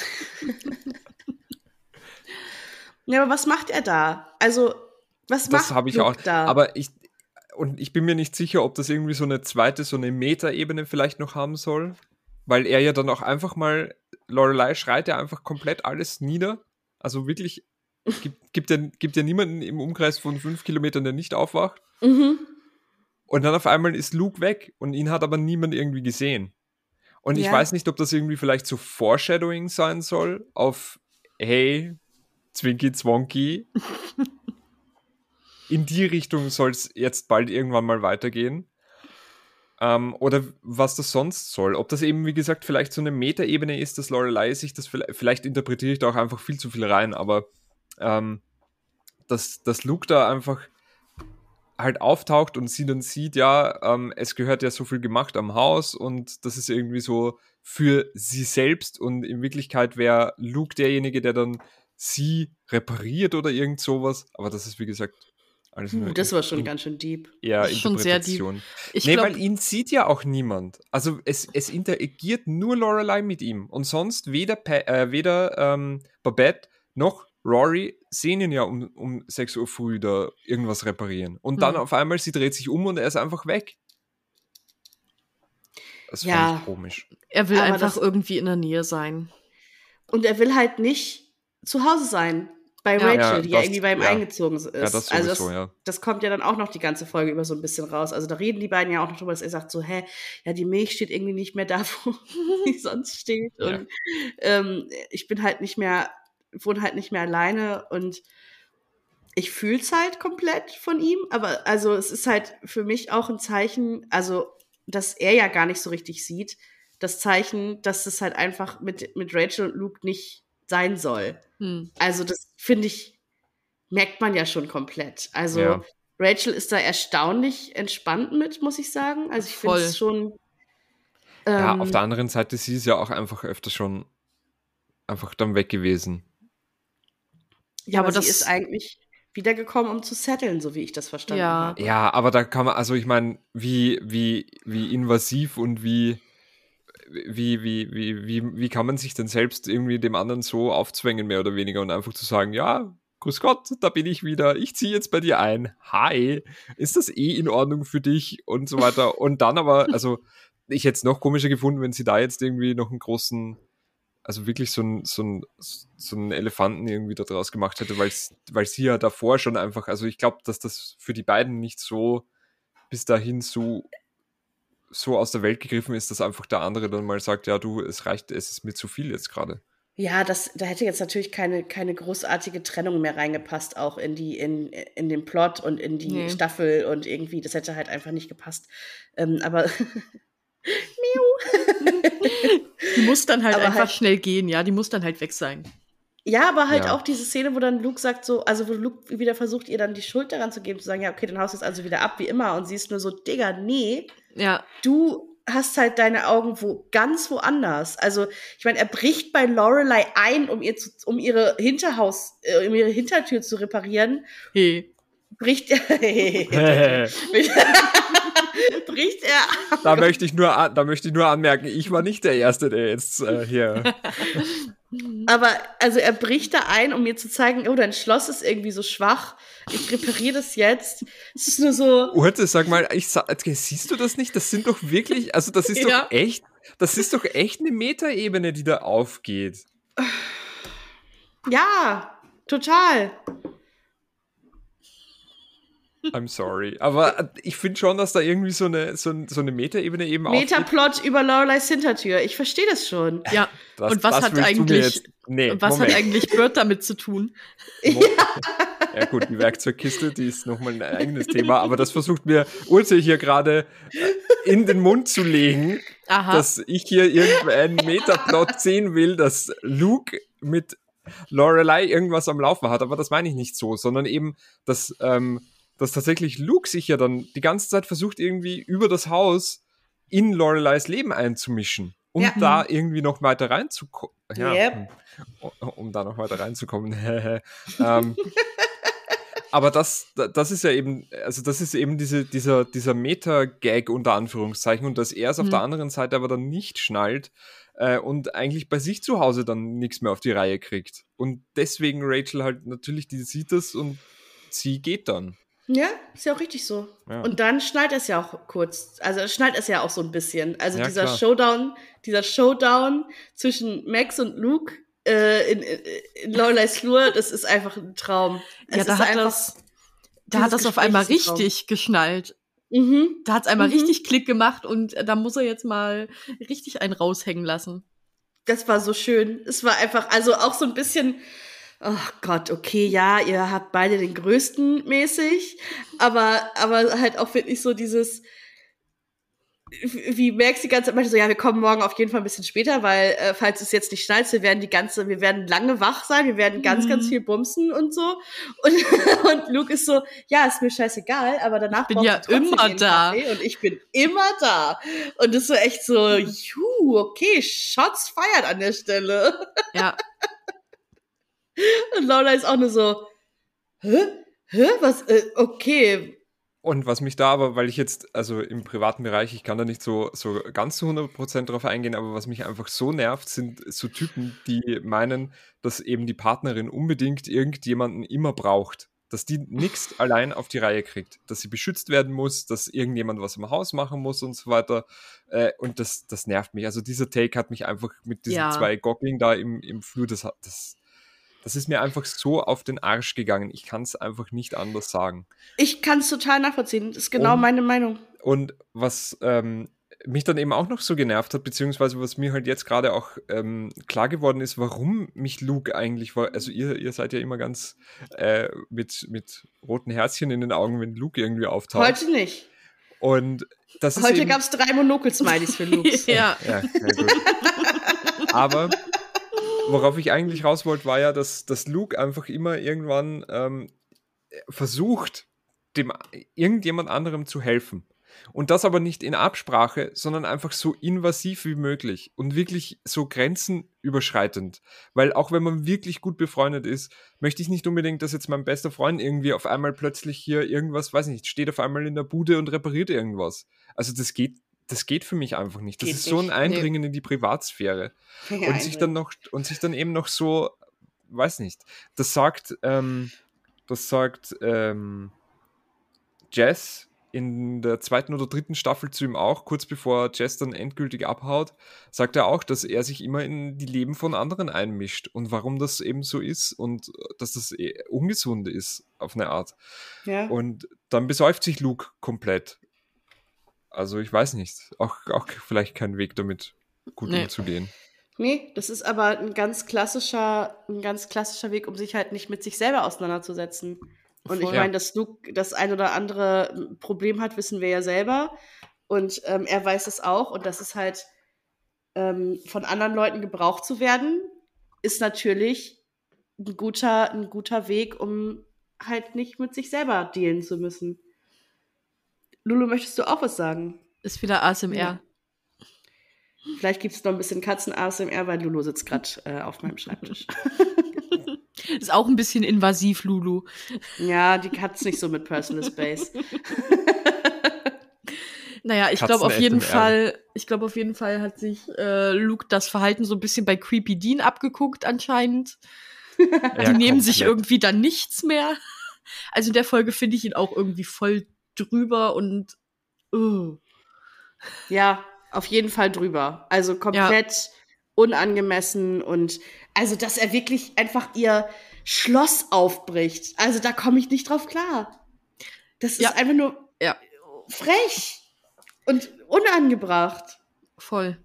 Ja, aber was macht er da? Also, was Das macht habe ich Luke auch. da? Aber ich, und ich bin mir nicht sicher, ob das irgendwie so eine zweite, so eine Meta-Ebene vielleicht noch haben soll. Weil er ja dann auch einfach mal, Lorelei schreit ja einfach komplett alles nieder. Also wirklich, gibt, gibt, ja, gibt ja niemanden im Umkreis von fünf Kilometern, der nicht aufwacht. mhm. Und dann auf einmal ist Luke weg und ihn hat aber niemand irgendwie gesehen. Und ich Ja. weiß nicht, ob das irgendwie vielleicht so Foreshadowing sein soll auf, hey, Zwinky Zwonky. In die Richtung soll es jetzt bald irgendwann mal weitergehen. Ähm, oder was das sonst soll. Ob das eben, wie gesagt, vielleicht so eine Metaebene ist, dass Lorelei sich das, vielleicht, vielleicht interpretiere ich da auch einfach viel zu viel rein, aber ähm, dass, dass Luke da einfach halt auftaucht und sie dann sieht, ja, ähm, es gehört ja so viel gemacht am Haus und das ist irgendwie so für sie selbst und in Wirklichkeit wäre Luke derjenige, der dann sie repariert oder irgend sowas, aber das ist wie gesagt alles nur Uh, das war schon in, ganz schön deep. eher Das ist schon sehr deep. Interpretation. Ich Nee, glaub, weil ihn sieht ja auch niemand. Also es, es interagiert nur Lorelei mit ihm und sonst weder, Pa- äh, weder ähm, Babette noch Rory sehen ihn ja um, um sechs Uhr früh da irgendwas reparieren. Und dann Hm. auf einmal, sie dreht sich um und er ist einfach weg. Das Ja. fand ich komisch. er will Aber einfach das- irgendwie in der Nähe sein. Und er will halt nicht, zu Hause sein. Bei Ja. Rachel, Ja, die ja das- irgendwie bei ihm ja. eingezogen ist. Ja, das also sowieso, das, ja. das kommt ja dann auch noch die ganze Folge über so ein bisschen raus. Also da reden die beiden ja auch noch drüber, dass er sagt so, hä, ja, die Milch steht irgendwie nicht mehr da, wo sie sonst steht. Ja. Und ähm, ich bin halt nicht mehr, wohne halt nicht mehr alleine und ich fühl's halt komplett von ihm, aber also es ist halt für mich auch ein Zeichen, also dass er ja gar nicht so richtig sieht, das Zeichen, dass es halt einfach mit, mit Rachel und Luke nicht sein soll. Hm. Also das finde ich, merkt man ja schon komplett. Also Ja. Rachel ist da erstaunlich entspannt mit, muss ich sagen. Also ich finde Voll. es schon. Ja, ähm, auf der anderen Seite, sie ist ja auch einfach öfter schon einfach dann weg gewesen. ja, aber aber sie das- ist eigentlich wiedergekommen, um zu setteln, so wie ich das verstanden Ja. habe. Ja, aber da kann man, also ich meine, wie, wie, wie invasiv und wie, wie, wie, wie, wie, wie kann man sich denn selbst irgendwie dem anderen so aufzwängen, mehr oder weniger, und einfach zu sagen, ja, grüß Gott, da bin ich wieder, ich ziehe jetzt bei dir ein, hi, ist das eh in Ordnung für dich und so weiter. Und dann aber, also ich hätte es noch komischer gefunden, wenn sie da jetzt irgendwie noch einen großen, also wirklich so einen so einen, so einen Elefanten irgendwie da draus gemacht hätte, weil's, weil sie ja davor schon einfach, also ich glaube, dass das für die beiden nicht so bis dahin so, so aus der Welt gegriffen ist, dass einfach der andere dann mal sagt, ja du, es reicht, es ist mir zu viel jetzt gerade. Ja, das, da hätte jetzt natürlich keine, keine großartige Trennung mehr reingepasst, auch in die, in, in den Plot und in die Nee. Staffel und irgendwie, das hätte halt einfach nicht gepasst. Ähm, aber Die muss dann halt Aber einfach halt- schnell gehen, ja, die muss dann halt weg sein. ja, aber halt Ja. auch diese Szene, wo dann Luke sagt so, also wo Luke wieder versucht, ihr dann die Schuld daran zu geben, zu sagen, ja, okay, dann haust du es also wieder ab, wie immer. Und sie ist nur so, Digga, nee, Ja, du hast halt deine Augen wo ganz woanders. Also, ich meine, er bricht bei Lorelei ein, um ihr zu, um ihre Hinterhaus, äh, um ihre Hintertür zu reparieren. hey. Bricht er, bricht er, Da möchte ich nur, an- da möchte ich nur anmerken, ich war nicht der Erste, der jetzt äh, hier. aber, also er bricht da ein, um mir zu zeigen, oh, dein Schloss ist irgendwie so schwach. Ich repariere das jetzt. Es ist nur so, Urte, sag mal, ich sa- okay, siehst du das nicht? Das sind doch wirklich, also das ist Ja. doch echt, das ist doch echt eine Metaebene, die da aufgeht. ja, total. I'm sorry. Aber äh, ich finde schon, dass da irgendwie so eine, so, ein- so eine Metaebene eben aufgeht. Metaplot über Lorelei's Hintertür. Ich verstehe das schon. Ja, Das- und was das hat willst du mir eigentlich, jetzt- Nee, und was Moment. hat eigentlich Bird damit zu tun? Ja gut, die Werkzeugkiste, die ist nochmal ein eigenes Thema, aber das versucht mir Urte hier gerade äh, in den Mund zu legen, Aha. dass ich hier irgendeinen Metaplot sehen will, dass Luke mit Lorelei irgendwas am Laufen hat, aber das meine ich nicht so, sondern eben, dass, ähm, dass tatsächlich Luke sich ja dann die ganze Zeit versucht, irgendwie über das Haus in Loreleis Leben einzumischen, um Ja. da irgendwie noch weiter reinzukommen. Ja, Yep. hm. um, um da noch weiter reinzukommen. ähm, aber das, das ist ja eben, also das ist eben diese, dieser, dieser Meta-Gag unter Anführungszeichen, und dass er es auf Mhm. der anderen Seite aber dann nicht schnallt äh, und eigentlich bei sich zu Hause dann nichts mehr auf die Reihe kriegt. Und deswegen Rachel halt natürlich, die sieht das und sie geht dann. Ja, ist ja auch richtig so. Ja. Und dann schnallt es ja auch kurz. Also es schnallt es ja auch so ein bisschen. Also Ja, dieser klar. Showdown, dieser Showdown zwischen Max und Luke äh, in, in, in Lorelei's Flur, das ist einfach ein Traum. Ja, Es da ist hat einfach- das, da dieses hat das auf Gespräch einmal ist ein Traum. richtig geschnallt. Mhm. Da hat es einmal Mhm. richtig Klick gemacht und da muss er jetzt mal richtig einen raushängen lassen. Das war so schön. Es war einfach, also auch so ein bisschen, oh Gott, okay, ja, ihr habt beide den größten mäßig, aber, aber halt auch wirklich so dieses, wie Max die ganze Zeit meinte, so, ja, wir kommen morgen auf jeden Fall ein bisschen später, weil, äh, falls es jetzt nicht schnallt, wir werden die ganze, wir werden lange wach sein, wir werden ganz, Mhm. ganz viel bumsen und so. Und, und Luke ist so, ja, ist mir scheißegal, aber danach Ich bin brauchst ja du trotzdem immer den da. Kaffee und ich bin immer da. Und das ist so echt so, juhu, okay, Shots feiert an der Stelle. Ja, Und Laura ist auch nur so, hä? Hä? Was? Äh, okay. Und was mich da aber, weil ich jetzt, also im privaten Bereich, ich kann da nicht so, so ganz zu hundert Prozent drauf eingehen, aber was mich einfach so nervt, sind so Typen, die meinen, dass eben die Partnerin unbedingt irgendjemanden immer braucht. Dass die nichts allein auf die Reihe kriegt. Dass sie beschützt werden muss, dass irgendjemand was im Haus machen muss und so weiter. Äh, und das, das nervt mich. Also dieser Take hat mich einfach mit diesen Ja. zwei Goggling da im, im Flur, das, hat- das, Das ist mir einfach so auf den Arsch gegangen. Ich kann es einfach nicht anders sagen. Ich kann es total nachvollziehen. Das ist genau Und- meine Meinung. Und was ähm, mich dann eben auch noch so genervt hat, beziehungsweise was mir halt jetzt gerade auch ähm, klar geworden ist, warum mich Luke eigentlich war. Also ihr, ihr seid ja immer ganz äh, mit, mit roten Herzchen in den Augen, wenn Luke irgendwie auftaucht. Heute nicht. Und das ist Heute eben, gab es drei Monokel-Smileys für Luke. Ja. Ja, ja gut. Aber worauf ich eigentlich raus wollte, war ja, dass, dass Luke einfach immer irgendwann ähm, versucht, dem irgendjemand anderem zu helfen. Und das aber nicht in Absprache, sondern einfach so invasiv wie möglich und wirklich so grenzenüberschreitend. Weil auch wenn man wirklich gut befreundet ist, möchte ich nicht unbedingt, dass jetzt mein bester Freund irgendwie auf einmal plötzlich hier irgendwas, weiß nicht, steht auf einmal in der Bude und repariert irgendwas. Also das geht, das geht für mich einfach nicht. Das Geht ist so ein nicht. Eindringen in die Privatsphäre. Ja, Und sich dann noch, und sich dann eben noch so, weiß nicht, das sagt, ähm, das sagt, ähm, Jess in der zweiten oder dritten Staffel zu ihm auch, kurz bevor Jess dann endgültig abhaut, sagt er auch, dass er sich immer in die Leben von anderen einmischt und warum das eben so ist und dass das eh ungesund ist auf eine Art. Ja. Und dann besäuft sich Luke komplett. Also ich weiß nicht, auch, auch vielleicht kein Weg damit gut Nee. umzugehen. Nee, das ist aber ein ganz klassischer, ein ganz klassischer Weg, um sich halt nicht mit sich selber auseinanderzusetzen. Und Voll. ich meine, dass Luke das ein oder andere Problem hat, wissen wir ja selber. Und ähm, er weiß es auch. Und das ist halt ähm, von anderen Leuten gebraucht zu werden, ist natürlich ein guter, ein guter Weg, um halt nicht mit sich selber dealen zu müssen. Lulu, möchtest du auch was sagen? Ist wieder A S M R. Ja. Vielleicht gibt es noch ein bisschen Katzen-A S M R, weil Lulu sitzt gerade äh, auf meinem Schreibtisch. Ist auch ein bisschen invasiv, Lulu. Ja, die hat's nicht so mit Personal Space. Naja, ich Katzen glaube auf jeden S M R. Fall, ich glaube auf jeden Fall hat sich äh, Luke das Verhalten so ein bisschen bei Creepy Dean abgeguckt anscheinend. Ja, Die nehmen sich komplett. irgendwie dann nichts mehr. Also in der Folge finde ich ihn auch irgendwie voll drüber und uh. Ja, auf jeden Fall drüber. Also komplett unangemessen und also, dass er wirklich einfach ihr Schloss aufbricht. Also da komme ich nicht drauf klar. Das ist Ja. einfach nur Ja. frech und unangebracht. Voll.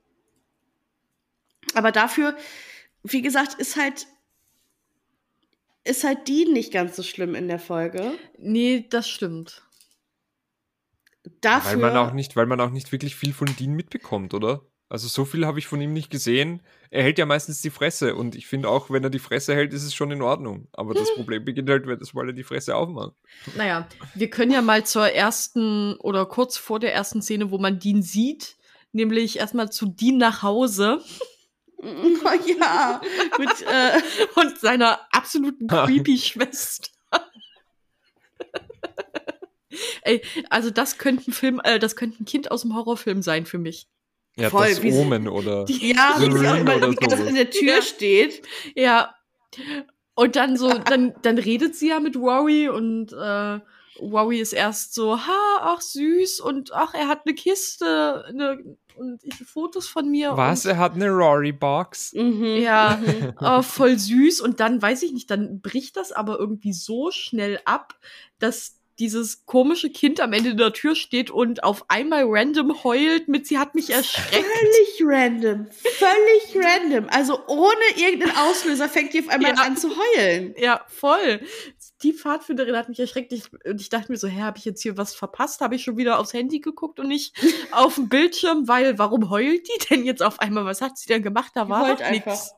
Aber dafür, wie gesagt, ist halt ist halt Dean nicht ganz so schlimm in der Folge. Nee, das stimmt. Dafür, Weil man auch nicht, weil man auch nicht wirklich viel von Dean mitbekommt, oder? Also so viel habe ich von ihm nicht gesehen. Er hält ja meistens die Fresse und ich finde auch, wenn er die Fresse hält, ist es schon in Ordnung. Aber das Problem beginnt halt, wenn das mal er die Fresse aufmacht. Naja, wir können ja mal zur ersten oder kurz vor der ersten Szene, wo man Dean sieht, nämlich erstmal zu Dean nach Hause ja, mit, äh, und seiner absoluten creepy Schwester. Ey, also das könnte ein Film, äh, das könnte ein Kind aus dem Horrorfilm sein für mich. Ja, Voll, das wie sie- Omen oder... ja, The wie sie auch Ring immer oder die ganze Zeit sowas. in der Tür Ja. steht. Ja. Und dann so, dann, dann redet sie ja mit Rory und äh, Rory ist erst so, ha, ach süß und ach, er hat eine Kiste eine, und ich Fotos von mir. Was? Und, Er hat eine Rory-Box? Mhm. ja, Mhm. äh, voll süß. Und dann, weiß ich nicht, dann bricht das aber irgendwie so schnell ab, dass dieses komische Kind am Ende der Tür steht und auf einmal random heult mit, sie hat mich erschreckt. Völlig random. Völlig random. Also ohne irgendeinen Auslöser fängt die auf einmal Ja. an zu heulen. Ja, voll. Die Pfadfinderin hat mich erschreckt. Ich, und ich dachte mir so, hä, habe ich jetzt hier was verpasst? Habe ich schon wieder aufs Handy geguckt und nicht auf dem Bildschirm? Weil, warum heult die denn jetzt auf einmal? Was hat sie denn gemacht? Da Die war heult doch einfach. nichts.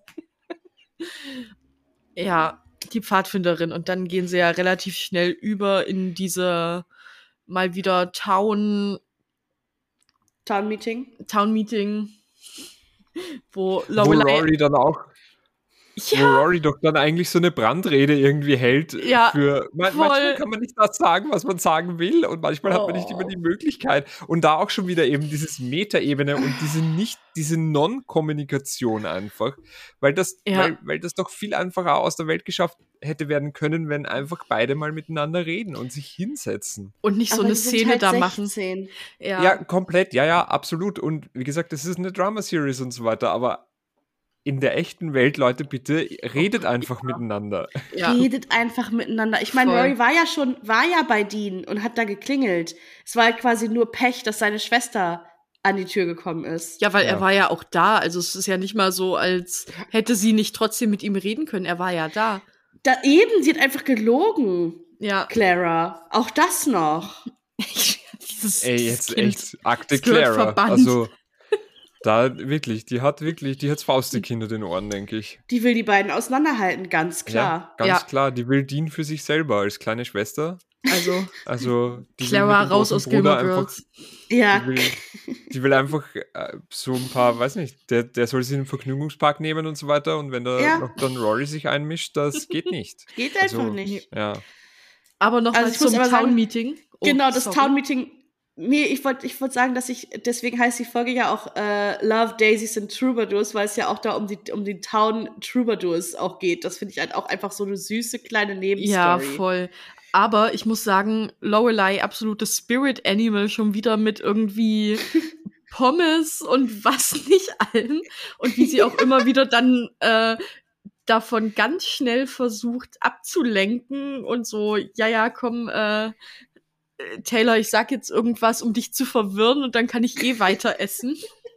Ja, die Pfadfinderin. Und dann gehen sie ja relativ schnell über in diese mal wieder Town, Town Meeting. Town Meeting, wo Wo Lorelei, Rory dann auch... Wo ja, Rory doch dann eigentlich so eine Brandrede irgendwie hält Ja, für... Man, voll. manchmal kann man nicht das sagen, was man sagen will und manchmal hat man nicht immer Oh. die Möglichkeit. Und da auch schon wieder eben dieses Metaebene und diese nicht, diese Non-Kommunikation einfach, weil das, Ja. weil, weil das doch viel einfacher aus der Welt geschafft hätte werden können, wenn einfach beide mal miteinander reden und sich hinsetzen. und nicht so Aber eine die sind Szene halt da machen. sechzehn. Ja. Ja, komplett, ja, ja, absolut. Und wie gesagt, das ist eine Drama-Series und so weiter, aber in der echten Welt, Leute, bitte redet einfach miteinander. Ja. Redet einfach miteinander. Ich meine, Voll. Rory war ja schon, war ja bei Dean und hat da geklingelt. Es war halt quasi nur Pech, dass seine Schwester an die Tür gekommen ist. Ja, weil Ja. er war ja auch da. Also es ist ja nicht mal so, als hätte sie nicht trotzdem mit ihm reden können. Er war ja da. Da eben, sie hat einfach gelogen, Ja. Clara. Auch das noch. Dieses, Ey, dieses jetzt Kind. echt Akte Das gehört Clara. verbannt. Also, da wirklich, die hat wirklich, die hat Faustdick hinter den Ohren, denke ich. Die will die beiden auseinanderhalten, ganz klar. Ja, ganz Ja. klar. Die will Dean für sich selber als kleine Schwester. Also, Also, die Clara will mit dem raus großen aus Bruder Gilmore einfach, Girls. Ja, die will, die will einfach äh, so ein paar, weiß nicht, der, der soll sich in den Vergnügungspark nehmen und so weiter. Und wenn da Ja. noch dann Rory sich einmischt, das geht nicht. geht einfach Also, nicht. Ja. Aber noch Also mal ich muss zum aber sagen- Town-Meeting. Oh, Genau, das sorry. Town-Meeting. Nee, ich wollte ich wollt sagen, dass ich, deswegen heißt die Folge ja auch äh, Love, Daisies and Troubadours, weil es ja auch da um die, um die Town Troubadours auch geht. Das finde ich halt auch einfach so eine süße kleine Nebenstory. Ja, voll. Aber ich muss sagen, Lorelei, absolutes Spirit Animal, schon wieder mit irgendwie Pommes und was nicht allem. Und wie sie auch immer wieder dann äh, davon ganz schnell versucht abzulenken und so, ja, ja, komm, äh, Taylor, ich sag jetzt irgendwas, um dich zu verwirren und dann kann ich eh weiter essen.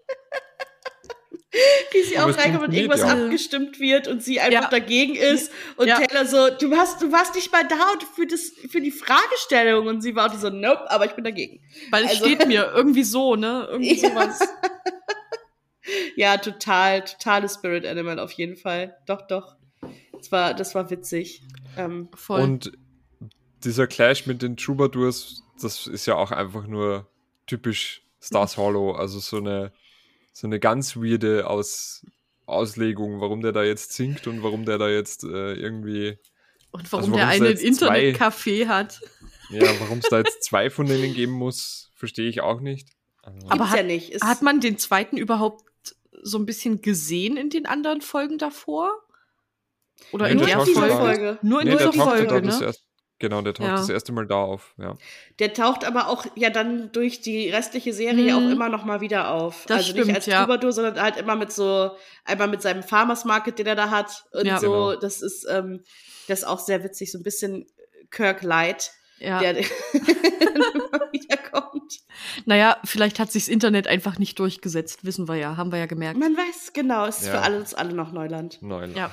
Wie sie Aber auch es reinkommt und funktioniert irgendwas ja. abgestimmt wird und sie einfach Ja. dagegen ist. Und Ja. Taylor so, du hast, du warst nicht mal da und für, das, für die Fragestellung. Und sie war auch so, nope, aber ich bin dagegen. Weil es Also- steht mir irgendwie so, ne? Irgendwie Ja. sowas. Ja, total, totales Spirit Animal auf jeden Fall. Doch, doch. Das war, das war witzig. Ähm, Voll. Und dieser Clash mit den Troubadours, das ist ja auch einfach nur typisch Stars Hollow, also so eine, so eine ganz weirde Aus, Auslegung, warum der da jetzt singt und warum der da jetzt äh, irgendwie, Und warum also der warum's eine da ein jetzt zwei- Internetcafé hat. ja, warum es da jetzt zwei von denen geben muss, verstehe ich auch nicht. Also, Aber gibt's hat- ja nicht. Ist, Hat man den zweiten überhaupt so ein bisschen gesehen in den anderen Folgen davor? Oder Nee, in der der taucht diese Folge? Folge. Nur in nee, der dieser tauchte da Folge, das ne? erste, genau, der taucht Ja. das erste Mal da auf, ja. Der taucht aber auch ja dann durch die restliche Serie Mhm. auch immer noch mal wieder auf. Das also stimmt, nicht als ja. Troubadour, sondern halt immer mit so, einmal mit seinem Farmers Market, den er da hat und Ja. so. Genau. Das ist, ähm, das ist auch sehr witzig, so ein bisschen Kirk Light, Ja. der immer wieder kommt. Naja, vielleicht hat sich das Internet einfach nicht durchgesetzt, wissen wir ja, haben wir ja gemerkt. Man weiß genau, es ist Ja. für alle, uns alle noch Neuland. Neun. Ja.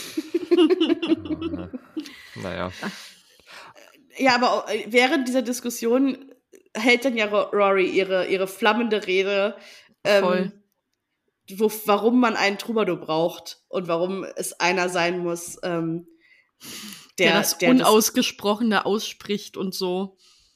Naja. Ja, aber auch, äh, während dieser Diskussion hält dann ja Ro- Rory ihre, ihre flammende Rede, Voll. ähm, wo, warum man einen Troubadour braucht und warum es einer sein muss, ähm, Der, der, das der das, Unausgesprochene ausspricht und so.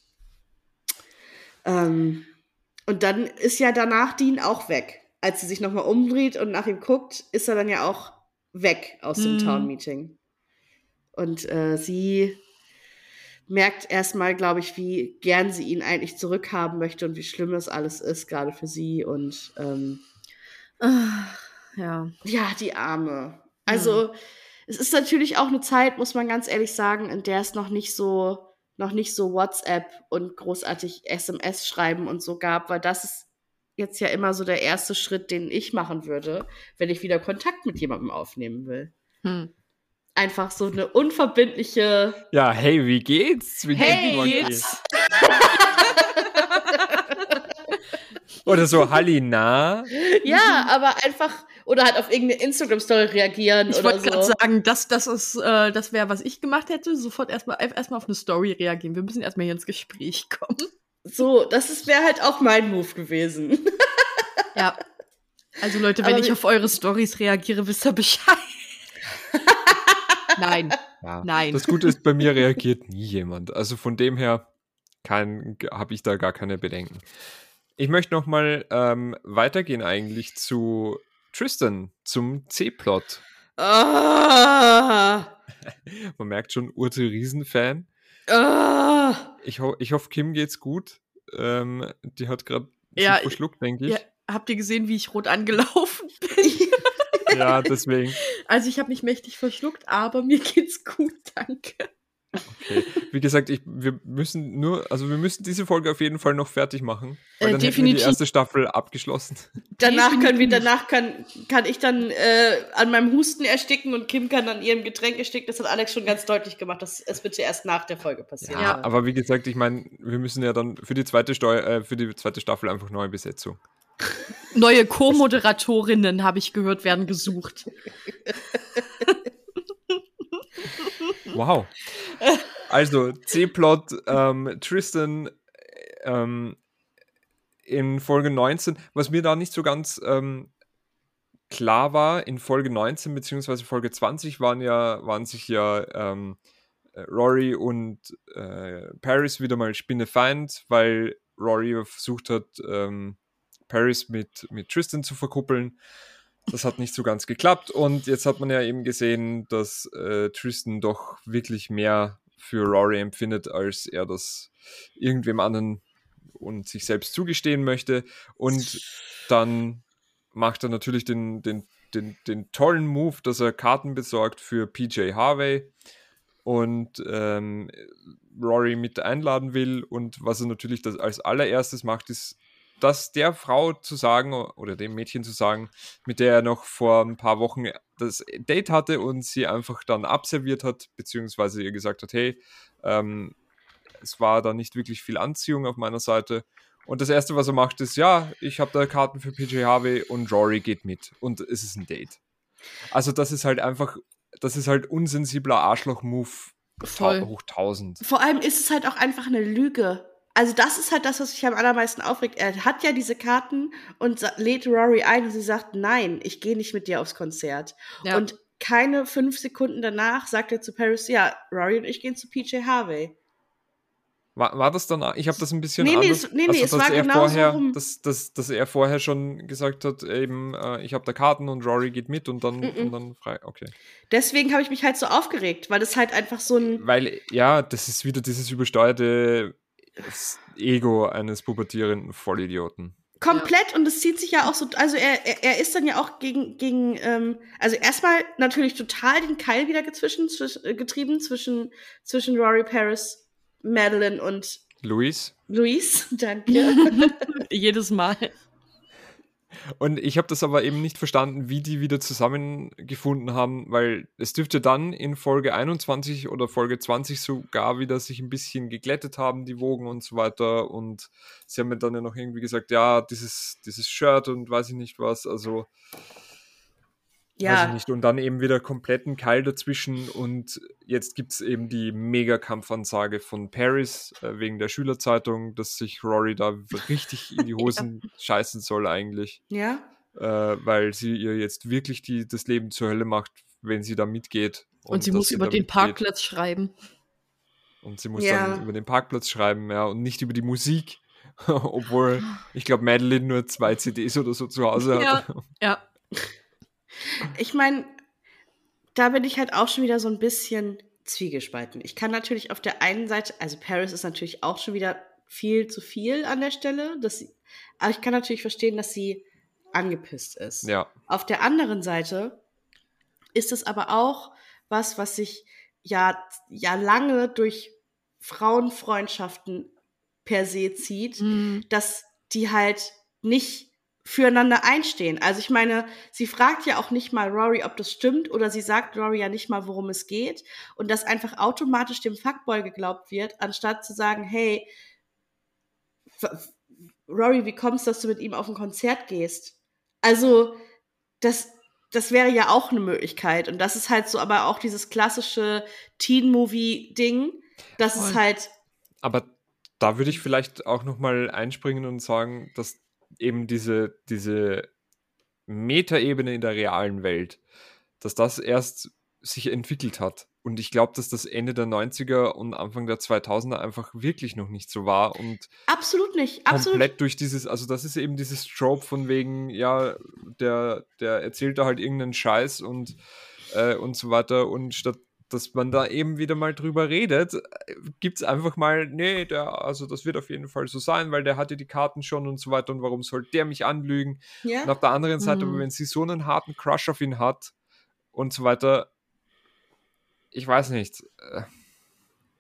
ähm, und dann ist ja danach Dean auch weg. Als sie sich nochmal umdreht und nach ihm guckt, ist er dann ja auch weg aus dem Mhm. Town-Meeting. Und äh, sie merkt erstmal, glaube ich, wie gern sie ihn eigentlich zurückhaben möchte und wie schlimm das alles ist, gerade für sie. Und ähm, Ah, ja. ja, die Arme. Also, es ist natürlich auch eine Zeit, muss man ganz ehrlich sagen, in der es noch nicht so, noch nicht so WhatsApp und großartig S M S schreiben und so gab, weil das ist jetzt ja immer so der erste Schritt, den ich machen würde, wenn ich wieder Kontakt mit jemandem aufnehmen will. Hm. Einfach so eine unverbindliche Ja, hey, wie geht's? Wie Hey, geht's? geht's? Oder so, Halli, na? Ja, aber einfach, oder halt auf irgendeine Instagram-Story reagieren Ich oder wollte gerade so. sagen, das, das ist, äh, das wäre, was ich gemacht hätte. Sofort erstmal erstmal auf eine Story reagieren. Wir müssen erstmal hier ins Gespräch kommen. So, das wäre halt auch mein Move gewesen. Ja. Also Leute, wenn Aber ich wir- auf eure Stories reagiere, wisst ihr Bescheid. Nein. Ja. Nein. Das Gute ist, bei mir reagiert nie jemand. Also von dem her habe ich da gar keine Bedenken. Ich möchte noch mal ähm, weitergehen eigentlich zu Tristan, zum C-Plot. Ah, Man merkt schon, Urte Riesenfan. ah. Ich, ho ich hoffe, Kim geht's gut. Ähm, die hat gerade Ja, sich verschluckt, denke ich. Ja, habt ihr gesehen, wie ich rot angelaufen bin? Ja, deswegen. Also ich habe mich mächtig verschluckt, aber mir geht's gut, danke. Okay. Wie gesagt, ich, wir müssen nur, also wir müssen diese Folge auf jeden Fall noch fertig machen, weil Äh, dann hätten wir definitiv. die erste Staffel abgeschlossen. Danach können wir, Definitiv. danach kann, kann ich dann äh, an meinem Husten ersticken und Kim kann an ihrem Getränk ersticken. Das hat Alex schon ganz deutlich gemacht. Das, es wird ja erst nach der Folge passieren. Ja, aber wie gesagt, ich meine, wir müssen ja dann für die zweite Steu äh, für die zweite Staffel einfach neue Besetzung. Neue Co-Moderatorinnen, habe ich gehört, werden gesucht. Wow. Also, C-Plot, ähm, Tristan ähm, in Folge neunzehn, was mir da nicht so ganz ähm, klar war, in Folge neunzehn beziehungsweise Folge zwanzig waren ja, waren sich ja ähm, Rory und äh, Paris wieder mal Spinnefeind, weil Rory versucht hat, ähm, Paris mit, mit Tristan zu verkuppeln. Das hat nicht so ganz geklappt und jetzt hat man ja eben gesehen, dass äh, Tristan doch wirklich mehr für Rory empfindet, als er das irgendwem anderen und sich selbst zugestehen möchte. Und dann macht er natürlich den, den, den, den tollen Move, dass er Karten besorgt für P J Harvey und ähm, Rory mit einladen will. Und was er natürlich das als allererstes macht, ist, das der Frau zu sagen oder dem Mädchen zu sagen, mit der er noch vor ein paar Wochen das Date hatte und sie einfach dann abserviert hat, beziehungsweise ihr gesagt hat, hey, ähm, es war da nicht wirklich viel Anziehung auf meiner Seite. Und das Erste, was er macht, ist, ja, ich habe da Karten für P J Harvey und Rory geht mit. Und es ist ein Date. Also das ist halt einfach, das ist halt unsensibler Arschloch-Move Voll. hoch tausend. Vor allem ist es halt auch einfach eine Lüge. Also das ist halt das, was mich am allermeisten aufregt. Er hat ja diese Karten und sa- lädt Rory ein und sie sagt, nein, ich gehe nicht mit dir aufs Konzert. Ja. Und keine fünf Sekunden danach sagt er zu Paris, ja, Rory und ich gehen zu P J Harvey. War, war das dann, ich habe das ein bisschen Nee, nee, anders, es- nee, nee, also, es dass war er genau so vorher, rum. dass, dass, dass er vorher schon gesagt hat, eben, äh, ich habe da Karten und Rory geht mit und dann, Mm-mm. und dann frei, okay. Deswegen habe ich mich halt so aufgeregt, weil es halt einfach so ein Weil, ja, das ist wieder dieses übersteuerte Ego eines pubertierenden Vollidioten. komplett und es zieht sich ja auch so, also er, er, er ist dann ja auch gegen, gegen ähm, also erstmal natürlich total den Keil wieder gezwischen, zwisch, äh, getrieben zwischen, zwischen Rory, Paris, Madeline und Luis? Luis, danke. Jedes Mal. Und ich habe das aber eben nicht verstanden, wie die wieder zusammengefunden haben, weil es dürfte dann in Folge einundzwanzig oder Folge zwanzig sogar wieder sich ein bisschen geglättet haben, die Wogen und so weiter. Und sie haben mir dann ja noch irgendwie gesagt, ja, dieses, dieses Shirt und weiß ich nicht was, also weiß ich Ja, nicht. Und dann eben wieder kompletten Keil dazwischen und jetzt gibt es eben die Mega-Kampfansage von Paris äh, wegen der Schülerzeitung, dass sich Rory da richtig in die Hosen scheißen soll eigentlich. ja. Äh, weil sie ihr jetzt wirklich die, das Leben zur Hölle macht, wenn sie da mitgeht. Und, sie dass muss über da den mitgeht. Parkplatz schreiben. Und sie muss Ja. dann über den Parkplatz schreiben, ja, und nicht über die Musik. Obwohl, ich glaube, Madeline nur zwei C Ds oder so zu Hause hat. Ja, ja. Ich meine, da bin ich halt auch schon wieder so ein bisschen zwiegespalten. Ich kann natürlich auf der einen Seite, also Paris ist natürlich auch schon wieder viel zu viel an der Stelle, dass sie, aber ich kann natürlich verstehen, dass sie angepisst ist. Ja. Auf der anderen Seite ist es aber auch was, was sich ja, ja lange durch Frauenfreundschaften per se zieht, Mhm. dass die halt nicht füreinander einstehen. Also ich meine, sie fragt ja auch nicht mal Rory, ob das stimmt, oder sie sagt Rory ja nicht mal, worum es geht, und dass einfach automatisch dem Fuckboy geglaubt wird, anstatt zu sagen, hey, f- Rory, wie kommst du, dass du mit ihm auf ein Konzert gehst? Also, das, das wäre ja auch eine Möglichkeit. Und das ist halt so, aber auch dieses klassische Teen-Movie-Ding, das ist Voll. halt, Aber da würde ich vielleicht auch nochmal einspringen und sagen, dass eben diese, diese Metaebene in der realen Welt, dass das erst sich entwickelt hat. Und ich glaube, dass das Ende der neunziger und Anfang der zweitausender einfach wirklich noch nicht so war und absolut nicht, absolut. komplett durch dieses, also das ist eben dieses Trope von wegen, ja, der, der erzählt da halt irgendeinen Scheiß und, äh, und so weiter und statt dass man da eben wieder mal drüber redet, gibt es einfach mal, nee, der, also das wird auf jeden Fall so sein, weil der hatte die Karten schon und so weiter und warum soll der mich anlügen? Ja? Und auf der anderen Seite, Mhm. aber wenn sie so einen harten Crush auf ihn hat und so weiter, ich weiß nicht, äh,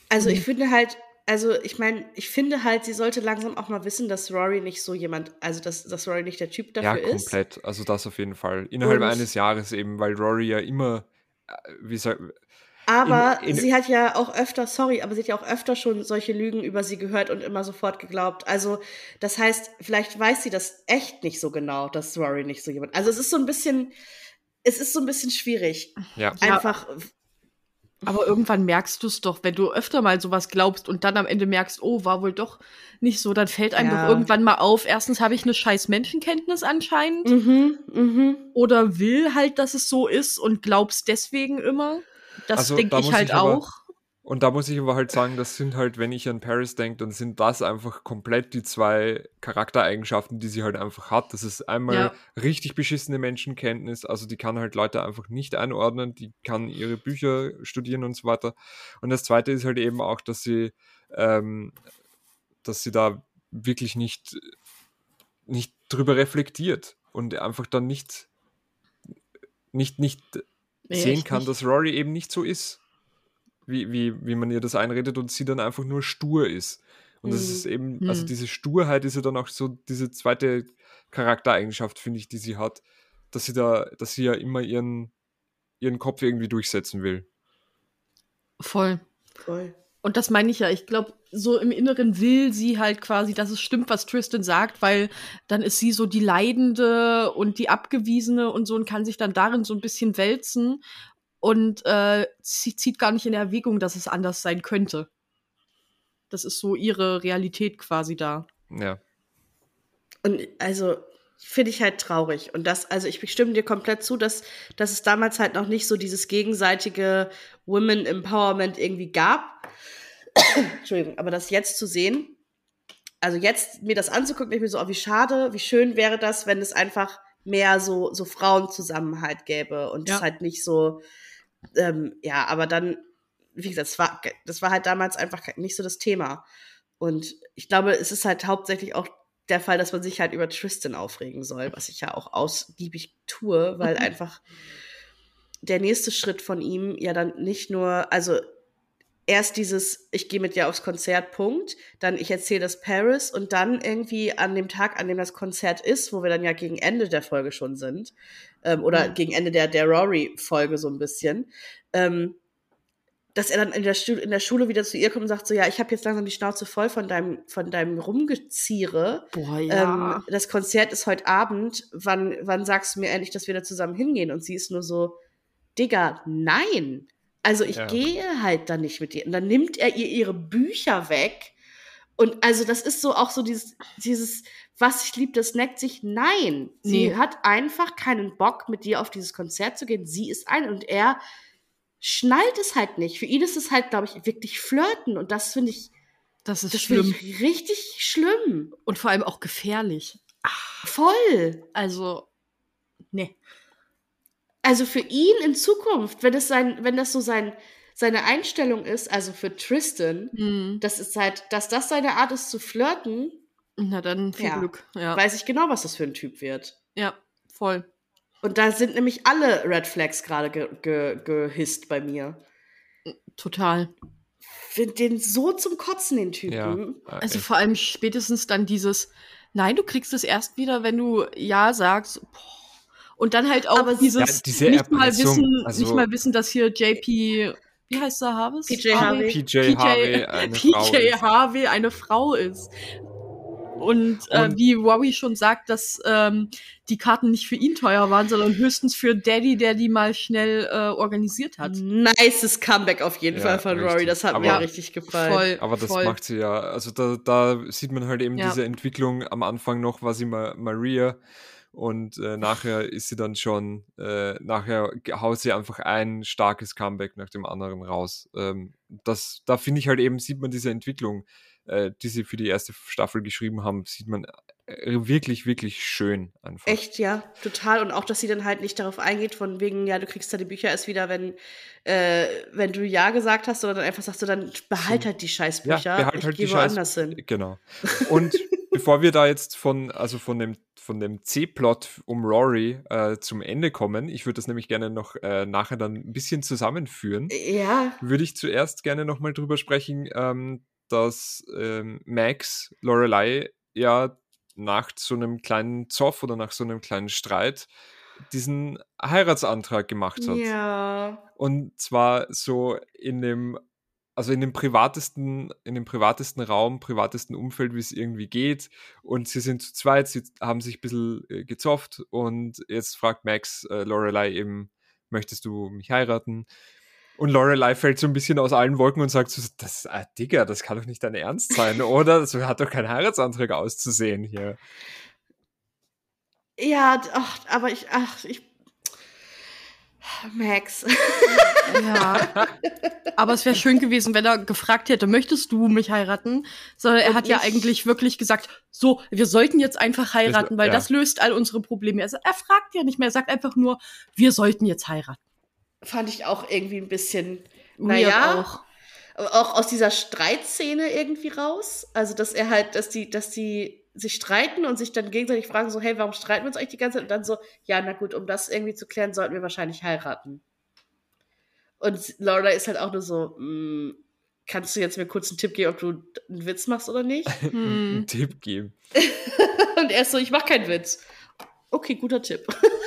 Also ich finde halt, also ich meine, ich finde halt, sie sollte langsam auch mal wissen, dass Rory nicht so jemand, also dass, dass Rory nicht der Typ Ja, dafür ist. komplett. Also das auf jeden Fall. Innerhalb Und- eines Jahres eben, weil Rory ja immer, äh, wie soll, Aber In- in- sie hat ja auch öfter, sorry, aber sie hat ja auch öfter schon solche Lügen über sie gehört und immer sofort geglaubt. Also, das heißt, vielleicht weiß sie das echt nicht so genau, dass Rory nicht so jemand. Also, es ist so ein bisschen, es ist so ein bisschen schwierig. ja. Ja. Einfach, Aber irgendwann merkst du es doch, wenn du öfter mal sowas glaubst und dann am Ende merkst, oh, war wohl doch nicht so, dann fällt einem Ja. doch irgendwann mal auf, erstens habe ich eine scheiß Menschenkenntnis anscheinend mhm, mhm. oder will halt, dass es so ist und glaubst deswegen immer. Das Also, denke da ich muss halt ich aber- auch. Und da muss ich aber halt sagen, das sind halt, wenn ich an Paris denke, dann sind das einfach komplett die zwei Charaktereigenschaften, die sie halt einfach hat. Das ist einmal Ja. richtig beschissene Menschenkenntnis, also die kann halt Leute einfach nicht einordnen, die kann ihre Bücher studieren und so weiter. Und das zweite ist halt eben auch, dass sie, ähm, dass sie da wirklich nicht, nicht drüber reflektiert und einfach dann nicht, nicht, nicht Nee, sehen echt kann, nicht. dass Rory eben nicht so ist. Wie, wie, wie man ihr das einredet und sie dann einfach nur stur ist. Und das Mhm. ist eben, Hm. also diese Sturheit ist ja dann auch so diese zweite Charaktereigenschaft, finde ich, die sie hat, dass sie da, dass sie ja immer ihren, ihren Kopf irgendwie durchsetzen will. Voll. Voll. Und das meine ich ja. Ich glaube, so im Inneren will sie halt quasi, dass es stimmt, was Tristan sagt, weil dann ist sie so die Leidende und die Abgewiesene und so und kann sich dann darin so ein bisschen wälzen und äh, sie zieht gar nicht in Erwägung, dass es anders sein könnte. Das ist so ihre Realität quasi da. Ja. Und also finde ich halt traurig. Und das, also ich stimme dir komplett zu, dass, dass es damals halt noch nicht so dieses gegenseitige Women Empowerment irgendwie gab. Entschuldigung, aber das jetzt zu sehen, also jetzt mir das anzugucken, ich mir so, oh, wie schade, wie schön wäre das, wenn es einfach mehr so, so Frauenzusammenhalt gäbe und es Ja. halt nicht so, ähm, ja, aber dann, wie gesagt, das war, das war halt damals einfach nicht so das Thema. Und ich glaube, es ist halt hauptsächlich auch der Fall, dass man sich halt über Tristan aufregen soll, was ich ja auch ausgiebig tue, weil Mhm. einfach der nächste Schritt von ihm ja dann nicht nur, also erst dieses, ich gehe mit dir aufs Konzert, Punkt, dann ich erzähle das Paris und dann irgendwie an dem Tag, an dem das Konzert ist, wo wir dann ja gegen Ende der Folge schon sind, ähm, oder Mhm. gegen Ende der, der Rory-Folge so ein bisschen, ähm, dass er dann in der, Stu- in der Schule wieder zu ihr kommt und sagt so, ja, ich habe jetzt langsam die Schnauze voll von deinem, von deinem Rumgeziere. Boah, ja. Ähm, das Konzert ist heute Abend. Wann, wann sagst du mir endlich, dass wir da zusammen hingehen? Und sie ist nur so, Digga, nein. Also ich Ja. gehe halt da nicht mit dir. Und dann nimmt er ihr ihre Bücher weg. Und also das ist so auch so dieses, dieses, was ich lieb, das neckt sich. Nein. Sie Nee. hat einfach keinen Bock, mit dir auf dieses Konzert zu gehen. Sie ist ein und er schnallt es halt nicht. Für ihn ist es halt, glaube ich, wirklich Flirten. Und das finde ich, Das ist das finde schlimm. ich richtig schlimm. Und vor allem auch gefährlich. Voll. Also, nee. Also für ihn in Zukunft, wenn das sein, wenn das so sein, seine Einstellung ist, also für Tristan, Mhm. das ist halt, dass das seine Art ist zu flirten, Na dann viel Ja. Glück. Ja. weiß ich genau, was das für ein Typ wird. ja, voll. Und da sind nämlich alle Red Flags gerade ge ge gehisst bei mir. Total. Find den so zum Kotzen, den Typen. Ja. Also echt. vor allem spätestens dann dieses, nein, du kriegst es erst wieder, wenn du Ja sagst. Boah. Und dann halt auch Aber dieses Ja, diese nicht mal Erpressung, wissen, also- nicht mal wissen, dass hier J P, wie heißt er, Harvey? P J Harvey. P J Harvey eine P Frau J ist. Harvey eine Frau ist. Und, äh, Und- wie Wowie schon sagt, dass ähm, die Karten nicht für ihn teuer waren, sondern höchstens für Daddy, der die mal schnell äh, organisiert hat. Nices Comeback auf jeden Ja, Fall von Rory. richtig. Das hat Aber- mir richtig gefallen. Voll, Aber das voll. macht sie ja, also da, da sieht man halt eben Ja. diese Entwicklung. Am Anfang noch war sie Ma Maria und äh, nachher ist sie dann schon, äh, nachher haut sie einfach ein starkes Comeback nach dem anderen raus. Ähm, das, da finde ich halt eben, sieht man diese Entwicklung, äh, die sie für die erste Staffel geschrieben haben, sieht man äh, wirklich, wirklich schön einfach. Echt, ja, total. Und auch, dass sie dann halt nicht darauf eingeht, von wegen, ja, du kriegst deine Bücher erst wieder, wenn, äh, wenn du Ja gesagt hast, sondern dann einfach sagst du, dann behalt halt die Scheißbücher. Ja, behalt ich halt gehe die Scheiß- woanders hin. Genau. Und bevor wir da jetzt von, also von dem, von dem C-Plot um Rory äh, zum Ende kommen, ich würde das nämlich gerne noch äh, nachher dann ein bisschen zusammenführen, Ja. würde ich zuerst gerne nochmal drüber sprechen, ähm, dass ähm, Max Lorelei ja nach so einem kleinen Zoff oder nach so einem kleinen Streit diesen Heiratsantrag gemacht hat. Ja. Und zwar so in dem, also in dem privatesten, in dem privatesten Raum, privatesten Umfeld, wie es irgendwie geht. Und sie sind zu zweit, sie haben sich ein bisschen äh, gezofft und jetzt fragt Max äh, Lorelei eben, möchtest du mich heiraten? Und Lorelei fällt so ein bisschen aus allen Wolken und sagt so, das, ah, Digga, das kann doch nicht dein Ernst sein, oder? Das hat doch kein Heiratsantrag auszusehen hier. Ja, ach, aber ich, ach, ich. Max. Ja. Aber es wäre schön gewesen, wenn er gefragt hätte, möchtest du mich heiraten? Sondern er Und hat ja ich- eigentlich wirklich gesagt, so, wir sollten jetzt einfach heiraten, weil ja. das löst all unsere Probleme. Also er fragt ja nicht mehr, er sagt einfach nur, wir sollten jetzt heiraten. Fand ich auch irgendwie ein bisschen, Weird naja, auch. auch. auch aus dieser Streitszene irgendwie raus. Also, dass er halt, dass die, dass die sich streiten und sich dann gegenseitig fragen, so, hey, warum streiten wir uns eigentlich die ganze Zeit? Und dann so, ja, na gut, um das irgendwie zu klären, sollten wir wahrscheinlich heiraten. Und Laura ist halt auch nur so, mm, kannst du jetzt mir kurz einen Tipp geben, ob du einen Witz machst oder nicht? Hm. Einen Tipp geben. Und er ist so, ich mach keinen Witz. Okay, guter Tipp.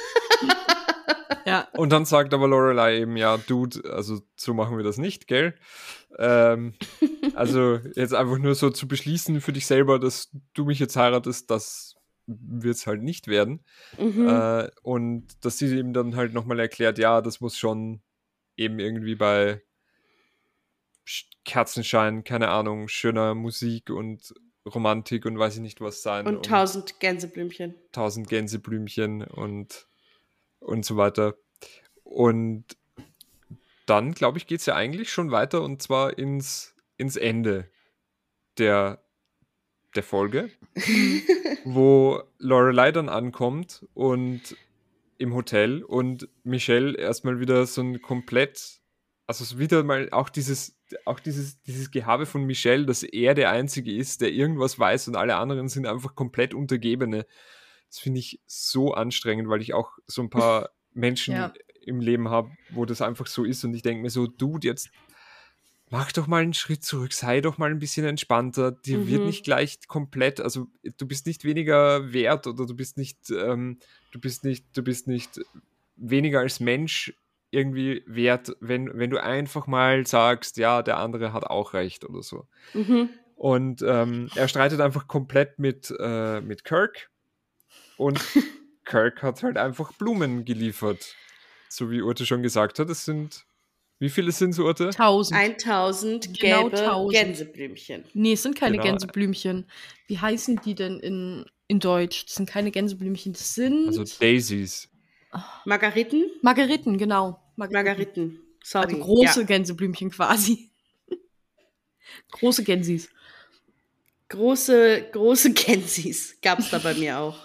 Ja. Und dann sagt aber Lorelei eben, ja, Dude, also so machen wir das nicht, gell? Ähm, also jetzt einfach nur so zu beschließen für dich selber, dass du mich jetzt heiratest, das wird es halt nicht werden. Mhm. Äh, und dass sie ihm dann halt nochmal erklärt, ja, das muss schon eben irgendwie bei Sch- Kerzenschein, keine Ahnung, schöner Musik und Romantik und weiß ich nicht was sein. Und tausend Gänseblümchen. tausend Gänseblümchen und, und so weiter. Und dann, glaube ich, geht es ja eigentlich schon weiter und zwar ins, ins Ende der, der Folge, wo Lorelei dann ankommt und im Hotel und Michelle erstmal wieder so ein komplett, also so wieder mal auch dieses, auch dieses, dieses Gehabe von Michelle, dass er der Einzige ist, der irgendwas weiß und alle anderen sind einfach komplett Untergebene. Das finde ich so anstrengend, weil ich auch so ein paar Menschen Ja. im Leben habe, wo das einfach so ist und ich denke mir so, Dude, jetzt mach doch mal einen Schritt zurück, sei doch mal ein bisschen entspannter, dir Mhm. wird nicht gleich komplett, also du bist nicht weniger wert oder du bist nicht, ähm, du bist nicht, du bist nicht weniger als Mensch irgendwie wert, wenn, wenn du einfach mal sagst, ja, der andere hat auch recht oder so. Mhm. Und ähm, er streitet einfach komplett mit, äh, mit Kirk und Kirk hat halt einfach Blumen geliefert. So wie Urte schon gesagt hat, es sind, wie viele sind es, Urte? Tausend. tausend Genau gelbe tausend. Gänseblümchen. Nee, es sind keine Genau. Gänseblümchen. Wie heißen die denn in, in Deutsch? Das sind keine Gänseblümchen, das sind Also Daisies. Margariten? Margeriten, genau. Margariten. Sorry. Also große Ja. Gänseblümchen quasi. Große Gänsis. Große, große Gänsis gab's da bei mir auch.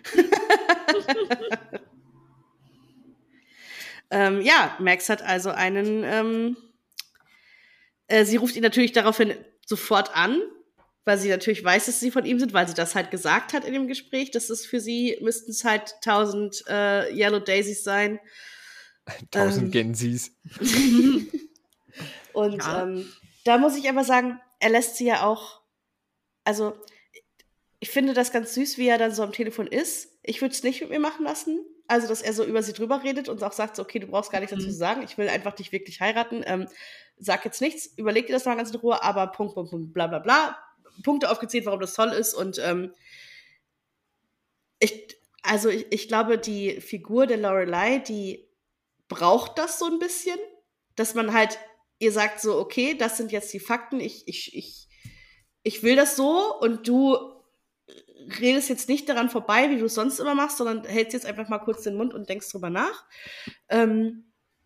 ähm, ja, Max hat also einen, ähm, äh, sie ruft ihn natürlich daraufhin sofort an, weil sie natürlich weiß, dass sie von ihm sind, weil sie das halt gesagt hat in dem Gespräch, dass es für sie müssten es halt tausend äh, Yellow Daisies sein. Tausend Ähm. Gensis. Und Ja. ähm, da muss ich aber sagen, er lässt sie ja auch, also ich finde das ganz süß, wie er dann so am Telefon ist. Ich würde es nicht mit mir machen lassen. Also, dass er so über sie drüber redet und auch sagt, so, okay, du brauchst gar nichts dazu Mhm. zu sagen, ich will einfach dich wirklich heiraten. Ähm, sag jetzt nichts, überleg dir das mal ganz in Ruhe, aber Punkt, Punkt, Punkt, bla bla bla. Punkte aufgezählt, warum das toll ist. Und ähm, ich, also ich, ich glaube, die Figur der Lorelei, die braucht das so ein bisschen, dass man halt ihr sagt so, okay, das sind jetzt die Fakten, ich, ich, ich, ich will das so und du redest jetzt nicht daran vorbei, wie du es sonst immer machst, sondern hältst jetzt einfach mal kurz den Mund und denkst drüber nach. Ähm,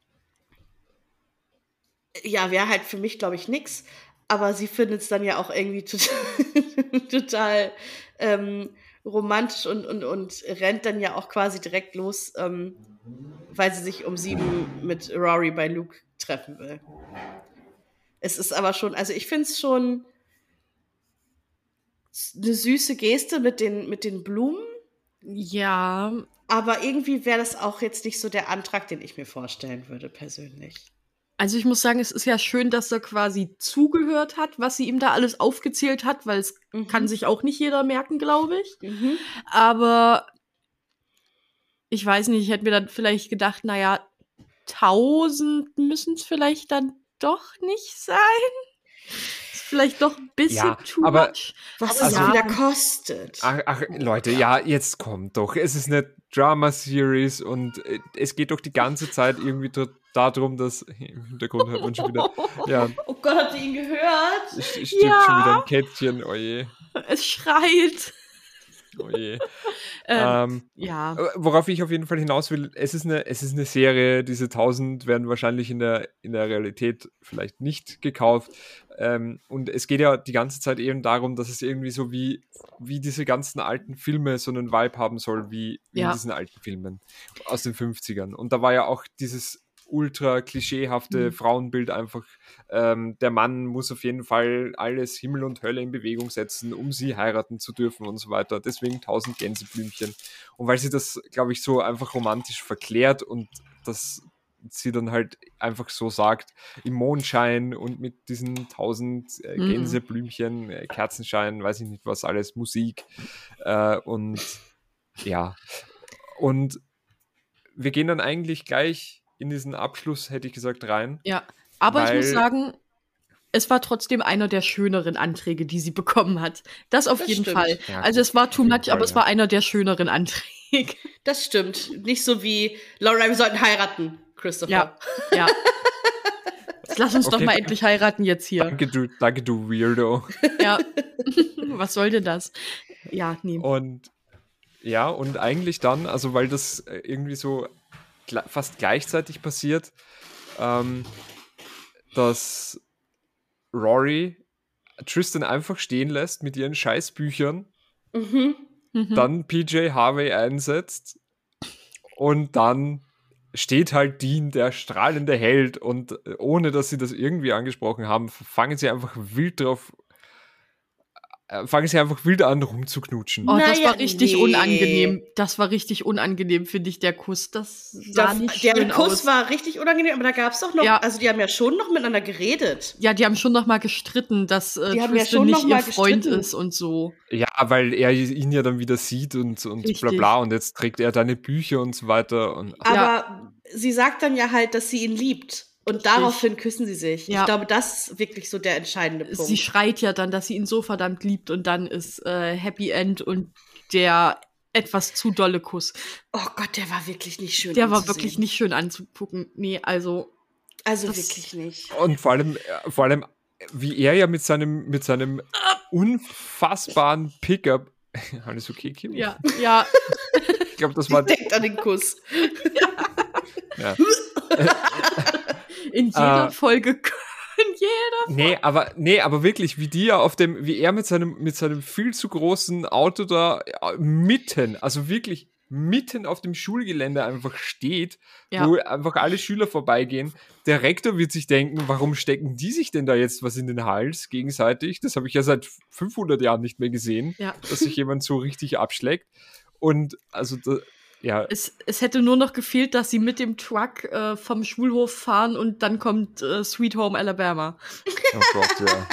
ja, wäre halt für mich, glaube ich, nix. Aber sie findet es dann ja auch irgendwie total, total ähm, romantisch und, und, und rennt dann ja auch quasi direkt los, ähm, weil sie sich um sieben mit Rory bei Luke treffen will. Es ist aber schon, also ich finde es schon, eine süße Geste mit den, mit den Blumen. Ja. Aber irgendwie wäre das auch jetzt nicht so der Antrag, den ich mir vorstellen würde, persönlich. Also ich muss sagen, es ist ja schön, dass er quasi zugehört hat, was sie ihm da alles aufgezählt hat, weil es mhm. kann sich auch nicht jeder merken, glaube ich. Mhm. Aber ich weiß nicht, ich hätte mir dann vielleicht gedacht, naja, tausend müssen es vielleicht dann doch nicht sein. Ist vielleicht doch ein bisschen ja, too aber, much. Was aber es ja. wieder kostet. Ach, ach, Leute, ja, jetzt kommt doch. Es ist eine Drama-Series und es geht doch die ganze Zeit irgendwie darum, dass im Hintergrund hört man schon wieder. Ja, oh Gott, habt ihr ihn gehört? Es stirbt ja. schon wieder ein Kätzchen, oje. Es schreit. Oh je. ähm, ähm, ja. Worauf ich auf jeden Fall hinaus will, es ist eine, es ist eine Serie, diese tausend werden wahrscheinlich in der, in der Realität vielleicht nicht gekauft. Ähm, und es geht ja die ganze Zeit eben darum, dass es irgendwie so wie, wie diese ganzen alten Filme so einen Vibe haben soll, wie, wie ja. in diesen alten Filmen aus den fünfzigern. Und da war ja auch dieses ultra klischeehafte mhm. Frauenbild einfach, ähm, der Mann muss auf jeden Fall alles Himmel und Hölle in Bewegung setzen, um sie heiraten zu dürfen und so weiter. Deswegen tausend Gänseblümchen. Und weil sie das, glaube ich, so einfach romantisch verklärt und das sie dann halt einfach so sagt, im Mondschein und mit diesen tausend äh, Gänseblümchen, äh, Kerzenschein, weiß ich nicht was alles, Musik äh, und ja. Und wir gehen dann eigentlich gleich in diesen Abschluss, hätte ich gesagt, rein. Ja, aber weil, ich muss sagen, es war trotzdem einer der schöneren Anträge, die sie bekommen hat. Das auf das jeden stimmt. Fall. Ja, also es war too much, Fall, aber ja. es war einer der schöneren Anträge. Das stimmt. Nicht so wie, Laura, wir sollten heiraten, Christopher. Ja, ja. Jetzt lass uns okay, doch mal endlich heiraten jetzt hier. Danke, du, danke, du Weirdo. Ja. Was soll denn das? Ja, nee. Und ja, und eigentlich dann, also weil das irgendwie so fast gleichzeitig passiert, ähm, dass Rory Tristan einfach stehen lässt mit ihren Scheißbüchern, mhm. dann P J Harvey einsetzt und dann steht halt Dean, der strahlende Held, und ohne dass sie das irgendwie angesprochen haben, fangen sie einfach wild drauf fangen sie einfach wild an, rumzuknutschen. Oh, das naja, war richtig nee. unangenehm. Das war richtig unangenehm, finde ich, der Kuss. Das sah das, nicht der schön Kuss aus. war richtig unangenehm, aber da gab es doch noch, ja. also die haben ja schon noch miteinander geredet. Ja, die haben schon noch mal gestritten, dass äh, Tristan ja nicht ihr Freund gestritten. ist und so. Ja, weil er ihn ja dann wieder sieht und, und bla bla, und jetzt trägt er deine Bücher und so weiter. Und, aber ja. sie sagt dann ja halt, dass sie ihn liebt. Und daraufhin küssen sie sich. Ja. Ich glaube, das ist wirklich so der entscheidende Punkt. Sie schreit ja dann, dass sie ihn so verdammt liebt, und dann ist äh, Happy End und der etwas zu dolle Kuss. Oh Gott, der war wirklich nicht schön Der anzusehen. war wirklich nicht schön anzugucken. Nee, also. Also wirklich nicht. Und vor allem, vor allem, wie er ja mit seinem, mit seinem unfassbaren Pickup. Alles okay, Kim? Ja, ja. Ich glaube, das war. Denkt an den Kuss. Ja. In jeder uh, Folge, in jeder Folge. Nee, aber, nee, aber wirklich, wie die ja auf dem, wie er mit seinem, mit seinem viel zu großen Auto da mitten, also wirklich mitten auf dem Schulgelände einfach steht, ja. wo einfach alle Schüler vorbeigehen. Der Rektor wird sich denken, warum stecken die sich denn da jetzt was in den Hals gegenseitig? Das habe ich ja seit fünfhundert Jahren nicht mehr gesehen, ja. dass sich jemand so richtig abschlägt. Und also da, ja. Es, es hätte nur noch gefehlt, dass sie mit dem Truck äh, vom Schulhof fahren und dann kommt äh, Sweet Home Alabama. Oh Gott, ja.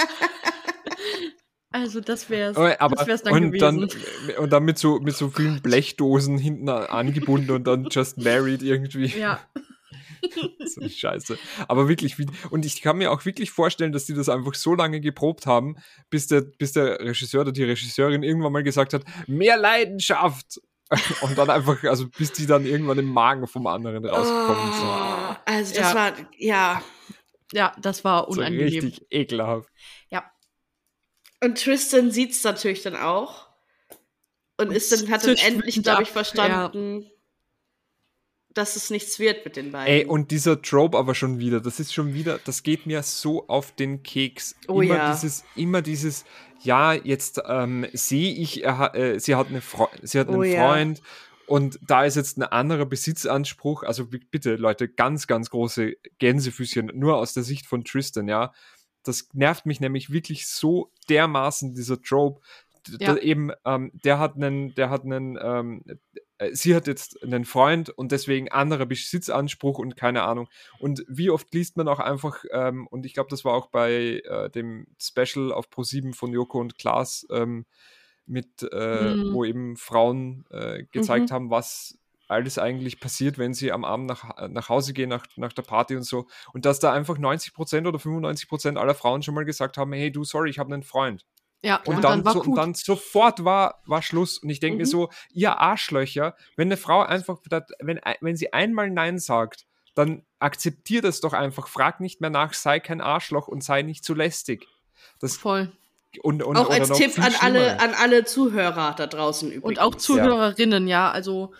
Also das wär's, aber, das wär's dann und gewesen. Dann, und dann mit so, mit so vielen oh Blechdosen hinten angebunden und dann just married irgendwie. Ja. So eine Scheiße. Aber wirklich, wie, und ich kann mir auch wirklich vorstellen, dass die das einfach so lange geprobt haben, bis der, bis der Regisseur oder die Regisseurin irgendwann mal gesagt hat, mehr Leidenschaft! Und dann einfach, also bis die dann irgendwann im Magen vom anderen rausgekommen sind. Oh, also das ja. war, ja. Ja, das war unangenehm. So richtig ekelhaft. Ja. Und Tristan sieht's natürlich dann auch. Und, und ist dann, hat dann endlich, glaube ich, verstanden, ja. dass es nichts wird mit den beiden. Ey, und dieser Trope aber schon wieder, das ist schon wieder, das geht mir so auf den Keks. Oh immer ja. dieses, immer dieses, ja, jetzt ähm, sehe ich, er, äh, sie hat, eine Fre- sie hat einen oh Freund ja. und da ist jetzt ein anderer Besitzanspruch. Also bitte, Leute, ganz, ganz große Gänsefüßchen, nur aus der Sicht von Tristan, ja. Das nervt mich nämlich wirklich so dermaßen, dieser Trope. ja. eben, ähm, der hat einen, der hat einen, ähm, sie hat jetzt einen Freund und deswegen anderer Besitzanspruch und keine Ahnung. Und wie oft liest man auch einfach, ähm, und ich glaube, das war auch bei äh, dem Special auf ProSieben von Joko und Klaas, ähm, mit, äh, mhm. wo eben Frauen äh, gezeigt mhm. haben, was alles eigentlich passiert, wenn sie am Abend nach, nach Hause gehen, nach, nach der Party und so. Und dass da einfach neunzig Prozent oder fünfundneunzig Prozent aller Frauen schon mal gesagt haben, hey, du, sorry, ich habe einen Freund. Ja, und, und, dann, dann so, und dann sofort war, war Schluss. Und ich denke mhm. mir so, ihr Arschlöcher, wenn eine Frau einfach, wenn, wenn sie einmal Nein sagt, dann akzeptiert es doch einfach. Frag nicht mehr nach, sei kein Arschloch und sei nicht zu lästig. Das, Voll. Und, und, auch als Tipp an alle, an alle Zuhörer da draußen übrigens. Und auch Zuhörerinnen, ja, ja also...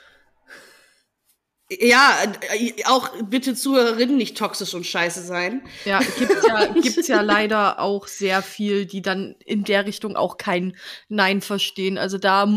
Ja, auch bitte Zuhörerinnen nicht toxisch und scheiße sein. Ja, gibt's ja, gibt's ja leider auch sehr viel, die dann in der Richtung auch kein Nein verstehen. Also da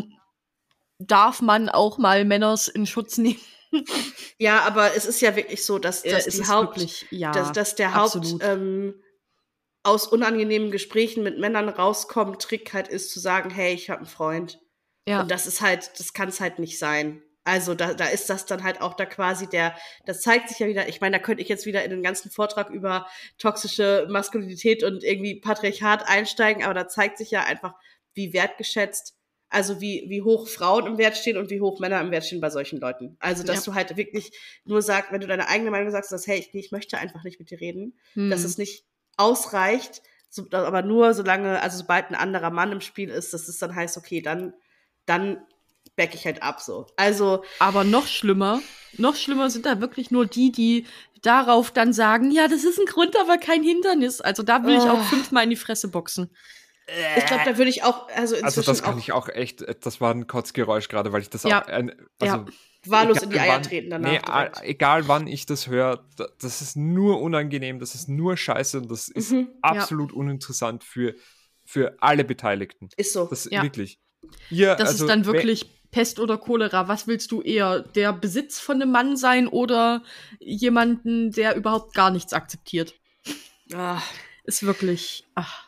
darf man auch mal Männers in Schutz nehmen. Ja, aber es ist ja wirklich so, dass, dass ja, die Haupt, wirklich, ja, dass, dass der Haupt ähm, aus unangenehmen Gesprächen mit Männern rauskommt, Trick halt ist zu sagen, hey, ich habe einen Freund. Ja. Und das ist halt, das kann es halt nicht sein. Also da, da ist das dann halt auch da quasi der, das zeigt sich ja wieder, ich meine, da könnte ich jetzt wieder in den ganzen Vortrag über toxische Maskulinität und irgendwie Patriarchat einsteigen, aber da zeigt sich ja einfach, wie wertgeschätzt, also wie, wie hoch Frauen im Wert stehen und wie hoch Männer im Wert stehen bei solchen Leuten. Also, dass ja. du halt wirklich nur sagst, wenn du deine eigene Meinung sagst, dass, hey, ich, ich möchte einfach nicht mit dir reden, hm. dass es nicht ausreicht, so, aber nur solange, also sobald ein anderer Mann im Spiel ist, dass es dann heißt, okay, dann, dann back ich halt ab, so. Also. Aber noch schlimmer, noch schlimmer sind da wirklich nur die, die darauf dann sagen, ja, das ist ein Grund, aber kein Hindernis. Also da will oh. ich auch fünfmal in die Fresse boxen. Ich glaube, da würde ich auch, also inzwischen Also das kann auch ich auch echt, das war ein Kotzgeräusch gerade, weil ich das ja. auch, ein, also ja. wahllos in die Eier wann, treten danach. Nee, direkt. Egal wann ich das höre, das ist nur unangenehm, das ist nur scheiße und das ist mhm. absolut ja. uninteressant für, für alle Beteiligten. Ist so. Das ja. wirklich. Ihr, das also, ist dann wirklich Pest oder Cholera. Was willst du eher? Der Besitz von einem Mann sein oder jemanden, der überhaupt gar nichts akzeptiert? Ach. Ist wirklich, ach.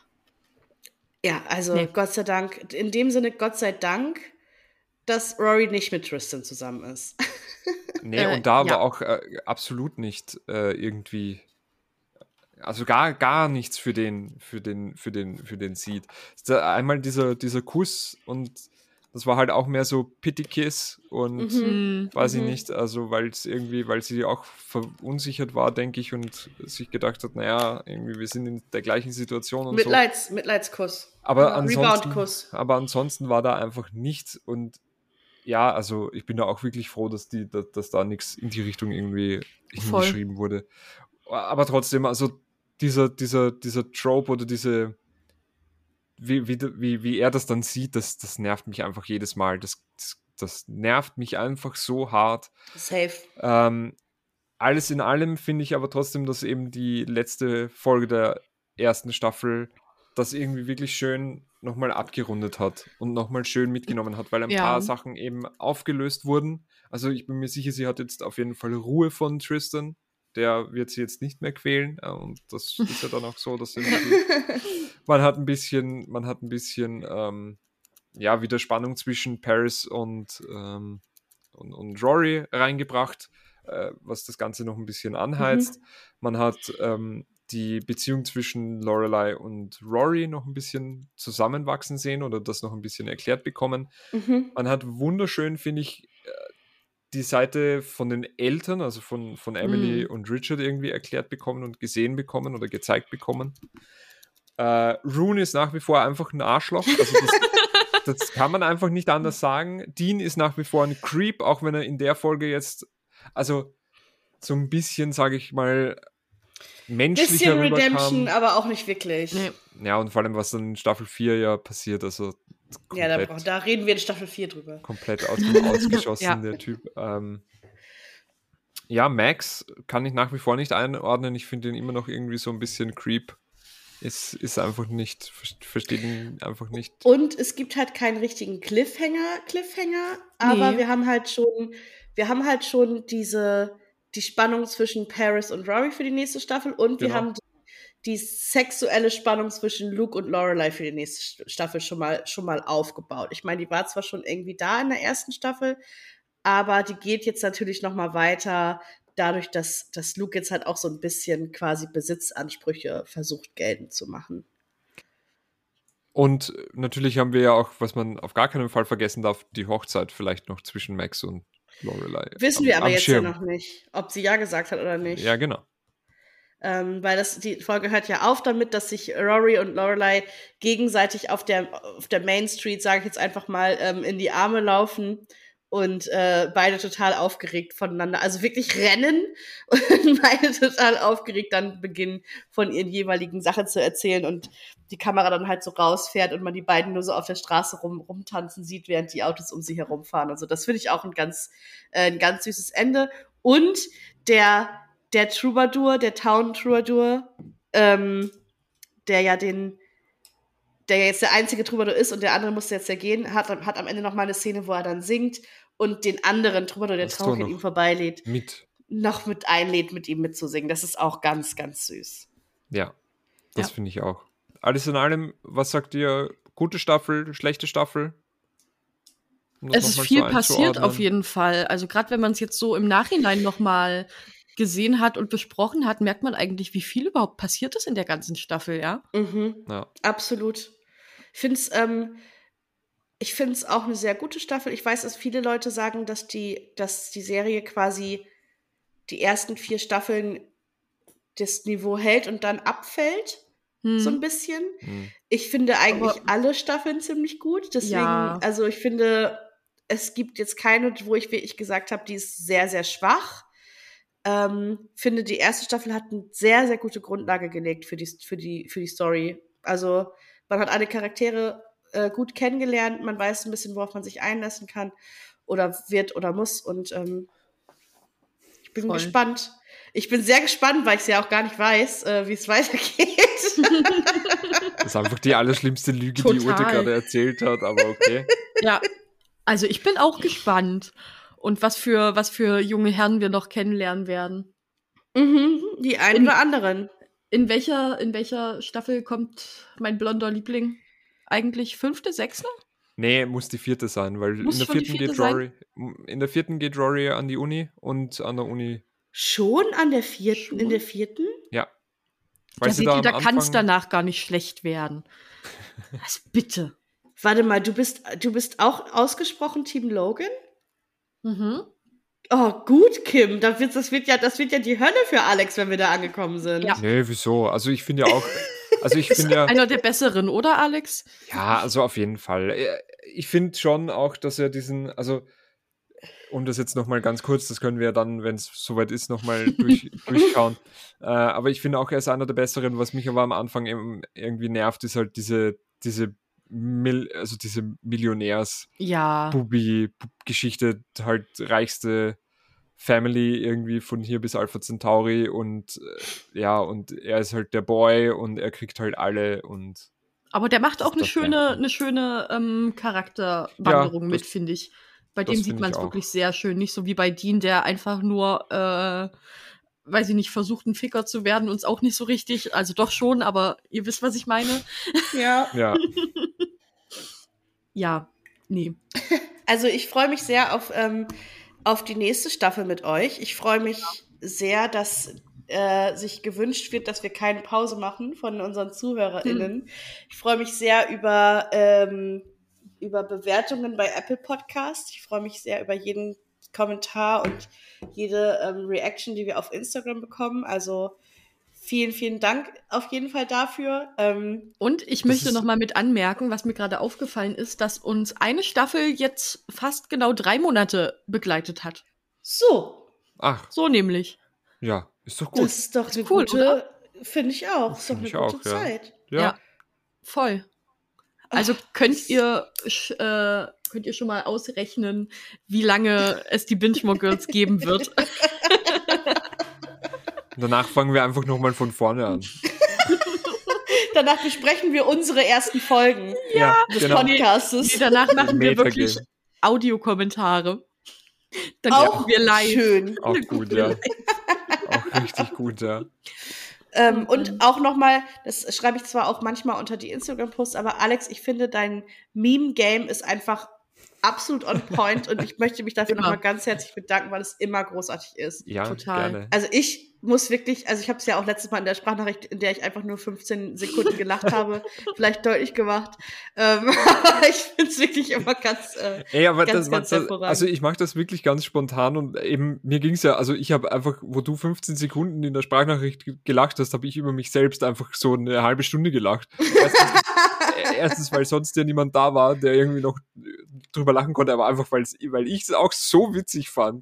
Ja, also nee. Gott sei Dank, in dem Sinne Gott sei Dank, dass Rory nicht mit Tristan zusammen ist. Nee, äh, und da ja. war auch äh, absolut nicht äh, irgendwie, also gar, gar nichts für den, für den, für den, für den Seed. Einmal dieser, dieser Kuss und das war halt auch mehr so Pity Kiss und mhm. weiß mhm. ich nicht, also weil es irgendwie, weil sie auch verunsichert war, denke ich, und sich gedacht hat, naja, irgendwie wir sind in der gleichen Situation und Mitleids, so. Mitleidskuss. Aber ansonsten, aber ansonsten war da einfach nichts und ja, also ich bin da auch wirklich froh, dass die, dass, dass da nichts in die Richtung irgendwie hingeschrieben wurde. Aber trotzdem, also dieser, dieser, dieser Trope oder diese Wie, wie, wie, wie er das dann sieht, das, das nervt mich einfach jedes Mal. Das, das, das nervt mich einfach so hart. Safe. Ähm, alles in allem finde ich aber trotzdem, dass eben die letzte Folge der ersten Staffel das irgendwie wirklich schön nochmal abgerundet hat und nochmal schön mitgenommen hat, weil ein ja. paar Sachen eben aufgelöst wurden. Also ich bin mir sicher, sie hat jetzt auf jeden Fall Ruhe von Tristan. Der wird sie jetzt nicht mehr quälen. Und das ist ja dann auch so, dass man hat ein bisschen, man hat ein bisschen ähm, ja, wieder Spannung zwischen Paris und, ähm, und, und Rory reingebracht, äh, was das Ganze noch ein bisschen anheizt. Mhm. Man hat ähm, die Beziehung zwischen Lorelai und Rory noch ein bisschen zusammenwachsen sehen oder das noch ein bisschen erklärt bekommen. Mhm. Man hat wunderschön, finde ich, die Seite von den Eltern, also von, von Emily mm. und Richard irgendwie erklärt bekommen und gesehen bekommen oder gezeigt bekommen. Äh, Rune ist nach wie vor einfach ein Arschloch. Also das, das kann man einfach nicht anders sagen. Dean ist nach wie vor ein Creep, auch wenn er in der Folge jetzt, also so ein bisschen, sage ich mal, menschlicher bisschen rüberkam. Redemption, aber auch nicht wirklich. Nee. Ja, und vor allem, was dann in Staffel vier ja passiert, also ja, da, da reden wir in Staffel vier drüber. Komplett aus dem ausgeschossen, ja. der Typ. Ähm, ja, Max kann ich nach wie vor nicht einordnen. Ich finde ihn immer noch irgendwie so ein bisschen Creep. Ist, ist einfach nicht, versteht ihn einfach nicht. Und es gibt halt keinen richtigen Cliffhanger, Cliffhanger, aber nee. wir haben halt schon, wir haben halt schon diese, die Spannung zwischen Paris und Rory für die nächste Staffel und wir genau. haben die, die sexuelle Spannung zwischen Luke und Lorelei für die nächste Staffel schon mal, schon mal aufgebaut. Ich meine, die war zwar schon irgendwie da in der ersten Staffel, aber die geht jetzt natürlich noch mal weiter, dadurch, dass, dass Luke jetzt halt auch so ein bisschen quasi Besitzansprüche versucht geltend zu machen. Und natürlich haben wir ja auch, was man auf gar keinen Fall vergessen darf, die Hochzeit vielleicht noch zwischen Max und Lorelei. Wissen am, wir aber am jetzt Schirm. ja noch nicht, ob sie ja gesagt hat oder nicht. Ja, genau. Ähm, weil das, die Folge hört ja auf damit, dass sich Rory und Lorelei gegenseitig auf der, auf der Main Street, sage ich jetzt einfach mal, ähm, in die Arme laufen und äh, beide total aufgeregt voneinander, also wirklich rennen und beide total aufgeregt dann beginnen, von ihren jeweiligen Sachen zu erzählen und die Kamera dann halt so rausfährt und man die beiden nur so auf der Straße rum, rumtanzen sieht, während die Autos um sie herumfahren. Also das finde ich auch ein ganz, äh, ein ganz süßes Ende. Und der der Troubadour, der Town Troubadour, ähm, der ja den, der ja jetzt der einzige Troubadour ist und der andere musste jetzt ja gehen, hat, hat am Ende noch mal eine Szene, wo er dann singt und den anderen Troubadour, der traurig an ihm vorbeilädt, mit. noch mit einlädt, mit ihm mitzusingen. Das ist auch ganz, ganz süß. Ja, das Ja. finde ich auch. Alles in allem, was sagt ihr? Gute Staffel, schlechte Staffel? Um das Es ist noch mal viel so passiert einzuordnen. auf jeden Fall. Also gerade wenn man es jetzt so im Nachhinein noch mal gesehen hat und besprochen hat, merkt man eigentlich, wie viel überhaupt passiert ist in der ganzen Staffel, ja? Mhm. Ja. Absolut. Ich finde es ähm, ich finde es auch eine sehr gute Staffel. Ich weiß, dass viele Leute sagen, dass die, dass die Serie quasi die ersten vier Staffeln das Niveau hält und dann abfällt, Hm. so ein bisschen. Hm. Ich finde eigentlich Aber- alle Staffeln ziemlich gut. Deswegen, Ja. also ich finde, es gibt jetzt keine, wo ich wirklich gesagt habe, die ist sehr, sehr schwach. Ähm, finde, die erste Staffel hat eine sehr, sehr gute Grundlage gelegt für die, für die, für die Story. Also man hat alle Charaktere äh, gut kennengelernt, man weiß ein bisschen, worauf man sich einlassen kann oder wird oder muss und ähm, ich bin Voll. gespannt. Ich bin sehr gespannt, weil ich es ja auch gar nicht weiß, äh, wie es weitergeht. Das ist einfach die allerschlimmste Lüge, Total. die Ute gerade erzählt hat, aber okay. Ja, also ich bin auch gespannt. Und was für, was für junge Herren wir noch kennenlernen werden. Mhm, die einen In- oder anderen. In welcher, in welcher Staffel kommt mein blonder Liebling eigentlich? Fünfte, sechste? Nee, muss die vierte sein, weil Muss in der schon die vierten vierte geht Rory, in der vierten geht Rory an die Uni und an der Uni, Schon an der vierten, Schon? in der vierten? ja. Da Weil sie seht da ihr, am da kann es Anfang, danach gar nicht schlecht werden. Was bitte? Warte mal, du bist, du bist auch ausgesprochen Team Logan? Mhm. Oh, gut, Kim. Das wird, das wird ja, das wird ja die Hölle für Alex, wenn wir da angekommen sind. Ja. nee, wieso? Also ich finde ja auch, also ich Ist finde ja, einer der besseren, oder, Alex? ja, also auf jeden Fall. Äh, Ich finde schon auch, dass er diesen, also um das jetzt nochmal ganz kurz, das können wir dann, wenn es soweit ist, nochmal durch, durchschauen. Äh, aber ich finde auch, er ist einer der Besseren. Was mich aber am Anfang eben irgendwie nervt, ist halt diese, diese, Mil also diese Millionärs-Bubi-Geschichte, Ja. halt reichste Family irgendwie von hier bis Alpha Centauri und äh, ja, und er ist halt der Boy und er kriegt halt alle und Aber der macht Das auch eine darf schöne, nerven. eine schöne ähm, Charakterwanderung Ja, mit, das- finde ich. Bei das dem sieht find man ich es auch. wirklich sehr schön. Nicht so wie bei Dean, der einfach nur, äh, weiß ich nicht, versucht, ein Ficker zu werden und es auch nicht so richtig. Also doch schon, aber ihr wisst, was ich meine. Ja. ja, Ja, nee. Also ich freue mich sehr auf, ähm, auf die nächste Staffel mit euch. Ich freue mich sehr, dass äh, sich gewünscht wird, dass wir keine Pause machen von unseren ZuhörerInnen. Ich freue mich sehr über, ähm, über Bewertungen bei Apple Podcast. Ich freue mich sehr über jeden Kommentar und jede ähm, Reaction, die wir auf Instagram bekommen. Also vielen, vielen Dank auf jeden Fall dafür. Ähm, Und ich Das möchte ist- noch mal mit anmerken, was mir gerade aufgefallen ist, dass uns eine Staffel jetzt fast genau drei Monate begleitet hat. so, ach, So nämlich. ja, ist doch gut. das ist doch eine cool, gute, finde ich auch, Das ist doch find eine ich gute auch, ja. Zeit. ja. Ja. Voll. Also Ach, könnt das- ihr sch- äh, könnt ihr schon mal ausrechnen, wie lange es die Binge-More Girls geben wird. Danach fangen wir einfach nochmal von vorne an. Danach besprechen wir unsere ersten Folgen Ja, des genau. Podcastes. Nee, danach machen wir Meta wirklich gehen. Audiokommentare. Dann Auch machen wir live. schön. Auch Dann gut, gucken wir ja. live. Auch richtig gut, ja. Ähm, Oh und auch nochmal, das schreibe ich zwar auch manchmal unter die Instagram-Posts, aber Alex, ich finde, dein Meme-Game ist einfach absolut on point und ich möchte mich dafür Immer. nochmal ganz herzlich bedanken, weil es immer großartig ist. Ja, Total. gerne. Also ich muss wirklich, also ich habe es ja auch letztes Mal in der Sprachnachricht, in der ich einfach nur fünfzehn Sekunden gelacht habe, vielleicht deutlich gemacht. Ähm, aber ich finde es wirklich immer ganz, äh, Ey, aber ganz, das, ganz das, hervorragend. also ich mache das wirklich ganz spontan und eben, mir ging's ja, also ich habe einfach, wo du fünfzehn Sekunden in der Sprachnachricht ge- gelacht hast, habe ich über mich selbst einfach so eine halbe Stunde gelacht. Erstens, äh, erstens weil sonst ja niemand da war, der irgendwie noch drüber lachen konnte, aber einfach, weil's, weil ich es auch so witzig fand.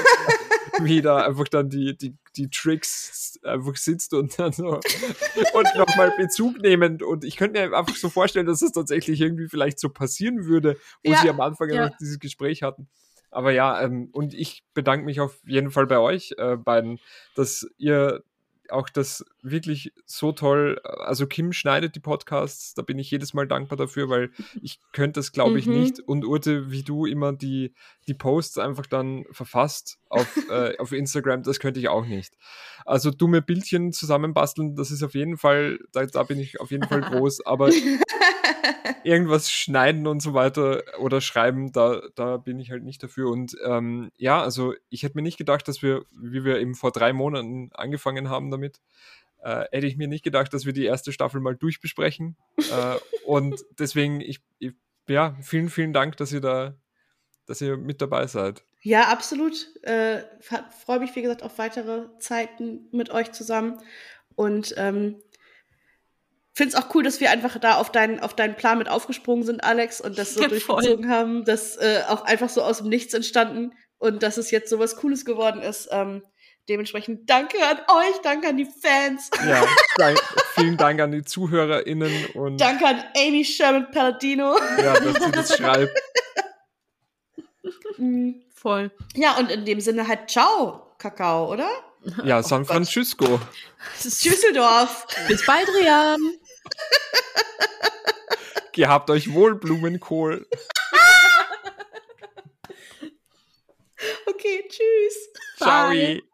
Wie da einfach dann die, die, die Tricks einfach sitzt und dann so und nochmal Bezug nehmend. Und ich könnte mir einfach so vorstellen, dass es tatsächlich irgendwie vielleicht so passieren würde, wo Ja, sie am Anfang ja. einfach dieses Gespräch hatten. Aber ja, ähm, und ich bedanke mich auf jeden Fall bei euch äh, beiden, dass ihr auch das wirklich so toll, also Kim schneidet die Podcasts, da bin ich jedes Mal dankbar dafür, weil ich könnte das, glaube ich, Mhm. nicht. Und Urte, wie du immer die, die Posts einfach dann verfasst auf, äh, auf Instagram, das könnte ich auch nicht. Also dumme Bildchen zusammenbasteln, das ist auf jeden Fall, da, da bin ich auf jeden Fall groß, aber irgendwas schneiden und so weiter oder schreiben, da, da bin ich halt nicht dafür. Und ähm, ja, also ich hätte mir nicht gedacht, dass wir, wie wir eben vor drei Monaten angefangen haben damit, äh, hätte ich mir nicht gedacht, dass wir die erste Staffel mal durchbesprechen. äh, und deswegen, ich, ich, ja, vielen, vielen Dank, dass ihr da, dass ihr mit dabei seid. Ja, absolut. Äh, freue mich, wie gesagt, auf weitere Zeiten mit euch zusammen. Und ähm, finde es auch cool, dass wir einfach da auf deinen, auf deinen Plan mit aufgesprungen sind, Alex, und das so Ja, durchgezogen haben. Das äh, auch einfach so aus dem Nichts entstanden und dass es jetzt so was Cooles geworden ist. Ähm, dementsprechend danke an euch, danke an die Fans, Ja, dank, vielen Dank an die ZuhörerInnen und danke an Amy Sherman Palladino. ja, dass sie das schreibt. Mm, Voll. Ja, und in dem Sinne halt ciao, Kakao, oder? Ja, San Gott. Francisco. Düsseldorf. Bis bald, Rian. Gehabt euch wohl, Blumenkohl. Okay, tschüss. Ciao. Bye.